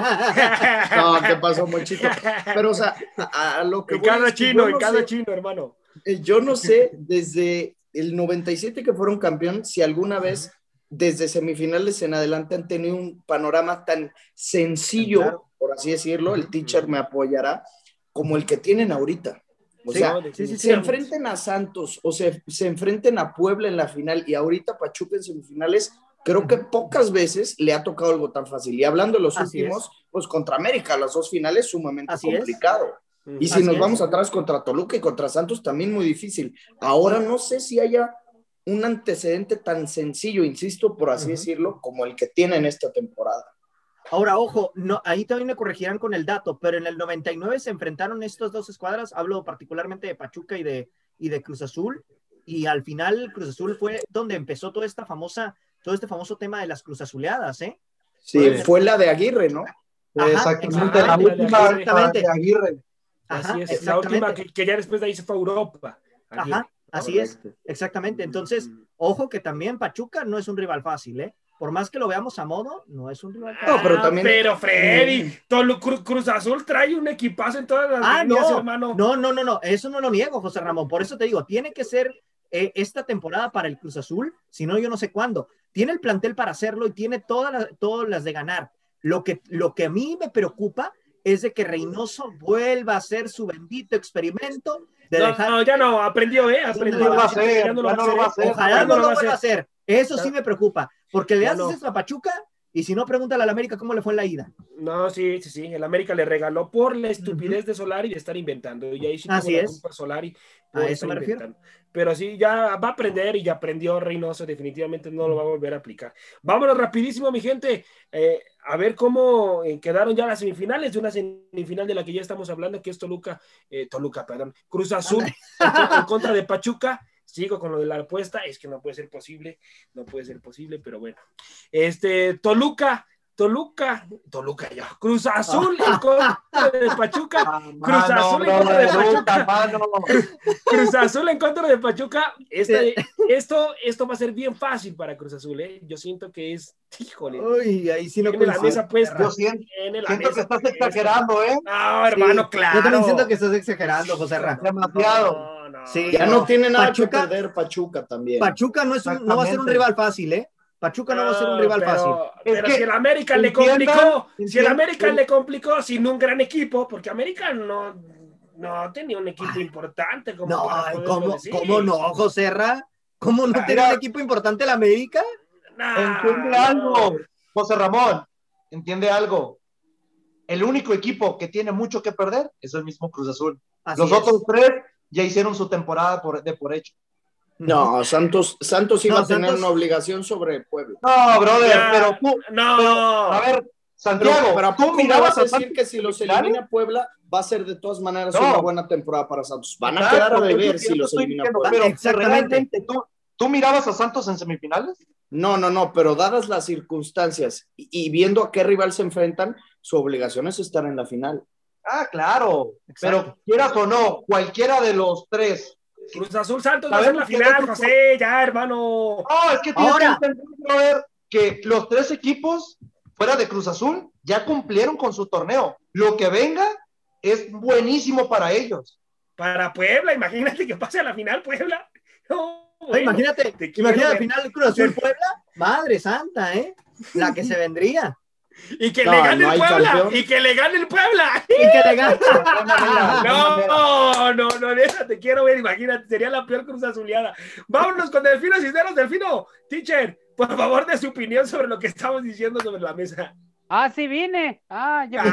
No, ¿qué pasó, Monchito? Pero, o sea, a, a lo que... En cada es que chino, no en cada sé, chino, hermano. Yo no sé, desde el noventa y siete que fueron campeón, si alguna vez, desde semifinales en adelante, han tenido un panorama tan sencillo, claro, por así decirlo, el teacher me apoyará, como el que tienen ahorita. O sí, sea, sí, sí, se sí, enfrenten sí. a Santos o se, se enfrenten a Puebla en la final y ahorita Pachuca en semifinales, creo que pocas veces le ha tocado algo tan fácil. Y hablando de los así últimos, es. pues contra América, las dos finales sumamente así complicado. Es. Y si así nos es. vamos atrás contra Toluca y contra Santos, también muy difícil. Ahora no sé si haya un antecedente tan sencillo, insisto, por así uh-huh. decirlo, como el que tienen esta temporada. Ahora, ojo, no, ahí también me corregirán con el dato, pero en el noventa y nueve se enfrentaron estos dos escuadras, hablo particularmente de Pachuca y de, y de Cruz Azul, y al final Cruz Azul fue donde empezó toda esta famosa, todo este famoso tema de las Cruz Azuleadas, ¿eh? Sí, fue, fue la de Aguirre, ¿no? Ajá, exactamente, la última exactamente. de Aguirre. Ajá, así es, la última que, que ya después de ahí se fue a Europa. Aguirre. Ajá, así Correcto. es, exactamente. Entonces, ojo que también Pachuca no es un rival fácil, ¿eh? Por más que lo veamos a modo, no es un rival fácil. No, pero también... Ah, pero Freddy, Tolu, Cruz, Cruz Azul trae un equipazo en todas las ah, líneas, no, hermano. No, no, no, no, eso no lo niego, José Ramón. Por eso te digo, tiene que ser eh, esta temporada para el Cruz Azul, si no, yo no sé cuándo. Tiene el plantel para hacerlo y tiene todas las, todas las de ganar. Lo que, lo que a mí me preocupa es de que Reynoso vuelva a hacer su bendito experimento de no, dejar... No, ya no, aprendió, ¿eh? Aprendió. No lo va a hacer, ya no lo va a hacer. Ojalá no lo vuelva a hacer. Eso sí me preocupa, porque le ya haces no. esto a Pachuca y si no, pregúntale al América cómo le fue en la ida. No, sí, sí, sí. El América le regaló por la estupidez uh-huh. de Solari de estar inventando. Y ahí sí Así tuvo la es. culpa Solari por a eso me refiero. Pero sí, ya va a aprender y ya aprendió Reynoso. Definitivamente no lo va a volver a aplicar. Vámonos rapidísimo, mi gente. Eh, a ver cómo eh, quedaron ya las semifinales de una semifinal de la que ya estamos hablando, que es Toluca, eh, Toluca, perdón, Cruz Azul en, en contra de Pachuca. Sigo con lo de la apuesta, es que no puede ser posible, no puede ser posible, pero bueno. Este, Toluca, Toluca, Toluca ya, Cruz Azul en contra de Pachuca, ah, Cruz mano, Azul en contra de Pachuca, Cruz Azul en contra de Pachuca, este, esto, esto va a ser bien fácil para Cruz Azul, ¿eh? Yo siento que es, híjole. Uy, ahí sí no tiene la mesa puesta. Yo siento, la siento mesa que estás puesta. exagerando, ¿eh? No, hermano, sí, claro. Yo también siento que estás exagerando, José Ra. Demasiado. No, no, sí, ya no, no tiene nada Pachuca, que perder Pachuca también. Pachuca no, es un, no va a ser un rival fácil, ¿eh? Pachuca no, no va a ser un rival pero, fácil. Pero si el América le complicó, si el América le complicó sin un gran equipo, porque América no, no tenía un equipo Ay, importante. Como no, ¿cómo, ¿cómo no, José Ra? ¿Cómo no tiene un equipo importante el América? Nah, entiende no. algo, José Ramón, entiende algo. El único equipo que tiene mucho que perder es el mismo Cruz Azul. Así Los es. otros tres ya hicieron su temporada por, de por hecho. No, Santos, Santos iba no, a tener Santos... una obligación sobre Puebla. No, brother, ya, pero tú, no. Pero, a ver, Santiago, pero, pero tú mirabas a decir que si los elimina Puebla va a ser de todas maneras no. una buena temporada para Santos. Van a quedar a deber si los elimina Puebla. Pero exactamente. ¿Tú, ¿Tú mirabas a Santos en semifinales? No, no, no, pero dadas las circunstancias y, y viendo a qué rival se enfrentan, su obligación es estar en la final. Ah, claro, Exacto. pero quieras o no, cualquiera de los tres. Cruz Azul Santos va a ser la final, José, ya, hermano. No, es que tienes Ahora. que entender que los tres equipos fuera de Cruz Azul ya cumplieron con su torneo. Lo que venga es buenísimo para ellos. Para Puebla, imagínate que pase a la final Puebla. No, bueno, imagínate, imagínate la final Cruz Azul Puebla, madre santa, ¿eh? La que se vendría. Y que no, le gane no el Puebla, campeón. y que le gane el Puebla. Y que le gane. No, no, no, esa te quiero ver, imagínate, sería la peor Cruz Azuleada. Vámonos con Delfino Cisneros. Delfino, teacher, por favor, de su opinión sobre lo que estamos diciendo sobre la mesa. Ah, sí vine. Ah, ya.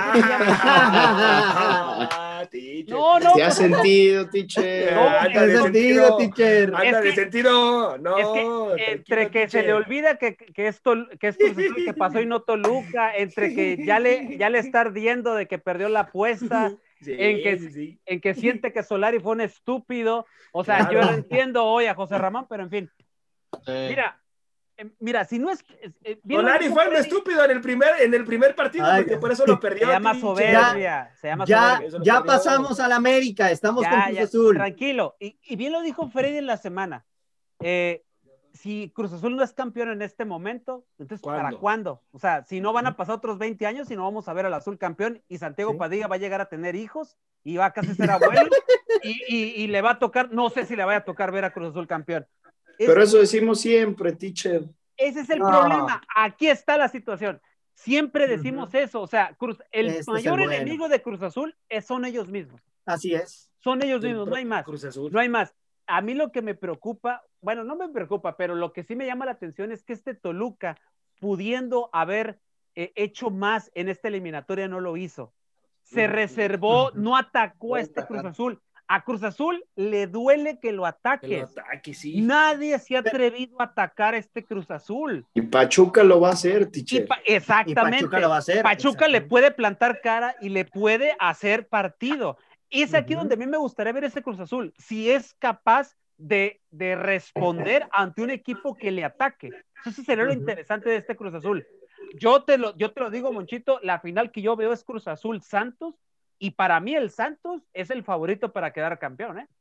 Ah, teacher. No, no. ¿Te has sentido, teacher? No, anda de sentido, teacher. Anda de sentido. No. Es que entre que se le olvida que, que esto que es Cruz Azul que pasó y no Toluca, entre que ya le, ya le está ardiendo de que perdió la apuesta, sí, en, que, sí, sí. en que siente que Solari fue un estúpido. O sea, claro. Yo lo entiendo hoy a José Ramón, pero en fin. Sí. Mira, eh, mira, si no es... Eh, Solari fue un estúpido en el primer, en el primer partido, Ay, porque por eso lo perdió. Se llama soberbia, se llama Ya, soberbia. ya pasamos al América, estamos Ya, con Cruz ya, Azul. tranquilo. Y, y bien lo dijo Freddy en la semana. Eh, si Cruz Azul no es campeón en este momento, entonces ¿Cuándo? ¿para cuándo? O sea, si no van a pasar otros veinte años y no vamos a ver al Azul campeón y Santiago Sí. Padilla va a llegar a tener hijos y va a casi ser abuelo y, y, y le va a tocar, no sé si le vaya a tocar ver a Cruz Azul campeón. Es, Pero eso decimos siempre, teacher. ese es el No. problema. Aquí está la situación. Siempre decimos Ujú. eso. O sea, Cruz, el Este es el mayor bueno. enemigo de Cruz Azul es, son ellos mismos. Así es. Son ellos Del mismos, no hay más. Cruz Azul. No hay más. A mí lo que me preocupa, bueno, no me preocupa, pero lo que sí me llama la atención es que este Toluca, pudiendo haber eh, hecho más en esta eliminatoria, no lo hizo. Se reservó, no atacó a este Cruz Azul. A Cruz Azul le duele que lo Que ataques. lo ataque, sí. Nadie se ha atrevido a atacar a este Cruz Azul. Y Pachuca lo va a hacer, Y teacher. pa- Y exactamente. Pachuca lo va a hacer. Pachuca le Exactamente. puede plantar cara y le puede hacer partido. Y es aquí Ujú. donde a mí me gustaría ver ese Cruz Azul, si es capaz de, de responder ante un equipo que le ataque. Eso sería lo Ujú. interesante de este Cruz Azul. Yo te lo, yo te lo digo, Monchito, la final que yo veo es Cruz Azul Santos, y para mí el Santos es el favorito para quedar campeón, ¿eh?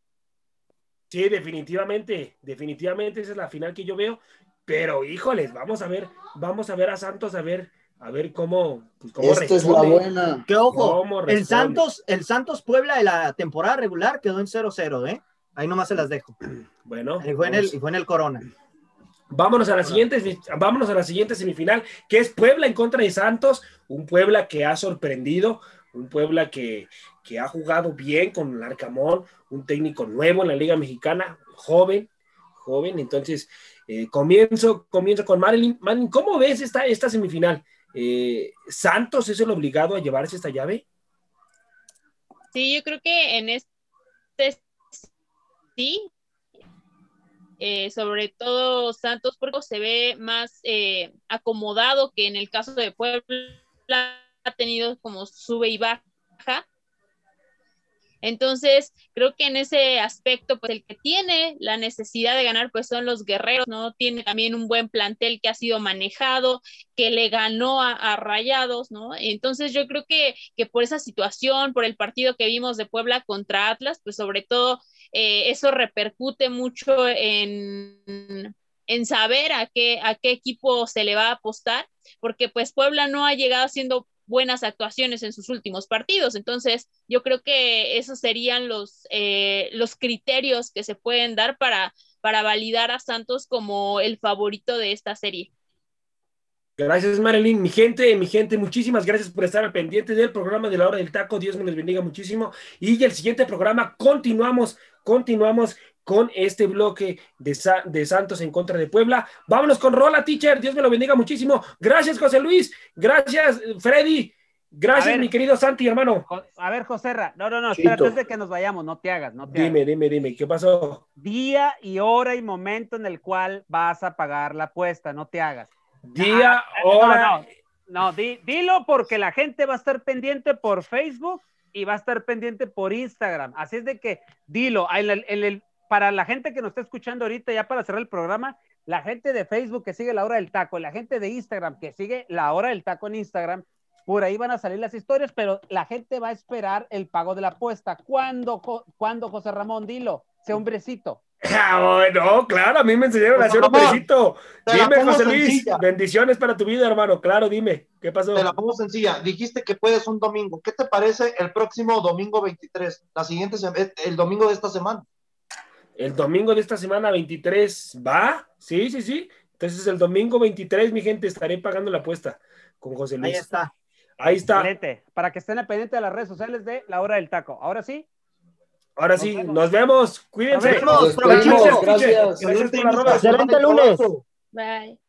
Sí, definitivamente, definitivamente esa es la final que yo veo, pero híjoles, vamos a ver, vamos a ver a Santos, a ver, a ver cómo, pues, cómo Esta es la responde. buena. Que ojo, ¿Cómo el responde? Santos, el Santos Puebla de la temporada regular quedó en cero cero, ¿eh? Ahí nomás se las dejo. Bueno, Y fue en el, vamos. y fue en el Corona. Vámonos a la siguiente, vámonos a la siguiente semifinal, que es Puebla en contra de Santos, un Puebla que ha sorprendido, un Puebla que, que ha jugado bien con Larcamón, un técnico nuevo en la Liga Mexicana, joven, joven, entonces eh, comienzo, comienzo con Marilyn. Marilyn, ¿cómo ves esta, esta semifinal? Eh, ¿Santos es el obligado a llevarse esta llave? Sí, yo creo que en este sí, eh, sobre todo Santos, porque se ve más eh, acomodado que en el caso de Puebla, ha tenido como sube y baja. Entonces, creo que en ese aspecto, pues el que tiene la necesidad de ganar, pues son los guerreros, ¿no? Tiene también un buen plantel que ha sido manejado, que le ganó a, a Rayados, ¿no? Entonces, yo creo que, que por esa situación, por el partido que vimos de Puebla contra Atlas, pues sobre todo eh, eso repercute mucho en, en saber a qué, a qué equipo se le va a apostar, porque pues Puebla no ha llegado siendo buenas actuaciones en sus últimos partidos. Entonces, yo creo que esos serían los, eh, los criterios que se pueden dar para, para validar a Santos como el favorito de esta serie. Gracias, Marilyn. Mi gente, mi gente, muchísimas gracias por estar al pendiente del programa de la hora del taco. Dios me los bendiga muchísimo. Y el siguiente programa continuamos, continuamos con este bloque de, Sa de Santos en contra de Puebla. Vámonos con Rola, teacher. Dios me lo bendiga muchísimo. Gracias, José Luis. Gracias, Freddy. Gracias, ver, mi querido Santi, hermano. A ver, Joserra. No, no, no. Chito. Espérate, antes de que nos vayamos. No te hagas, no te Dime, hagas. dime, dime. ¿Qué pasó? Día y hora y momento en el cual vas a pagar la apuesta. No te hagas. Día, Ah, hora. No, no, no di, dilo porque la gente va a estar pendiente por Facebook y va a estar pendiente por Instagram. Así es de que dilo. En el, en el, para la gente que nos está escuchando ahorita, ya para cerrar el programa, la gente de Facebook que sigue La Hora del Taco, la gente de Instagram que sigue La Hora del Taco en Instagram, por ahí van a salir las historias, pero la gente va a esperar el pago de la apuesta. ¿Cuándo, ¿cuándo José Ramón? Dilo, sea hombrecito. Ah, bueno, claro, a mí me enseñaron a hacer un besito. Dime, José Luis, sencilla. Bendiciones para tu vida, hermano. Claro, dime, ¿qué pasó? Te la pongo sencilla. Dijiste que puedes un domingo. ¿Qué te parece el próximo domingo veintitrés? La siguiente, el domingo de esta semana. El domingo de esta semana veintitrés, ¿va? Sí, sí, sí. Entonces el domingo veintitrés, mi gente, estaré pagando la apuesta con José Luis. Ahí está. Ahí está. Excelente. Para que estén pendientes de las redes sociales de La Hora del Taco. Ahora sí. Ahora Nos sí, vemos. nos vemos. Cuídense. Nos vemos. Nos vemos. Gracias. Gracias por la roba. Excelente lunes. Bye.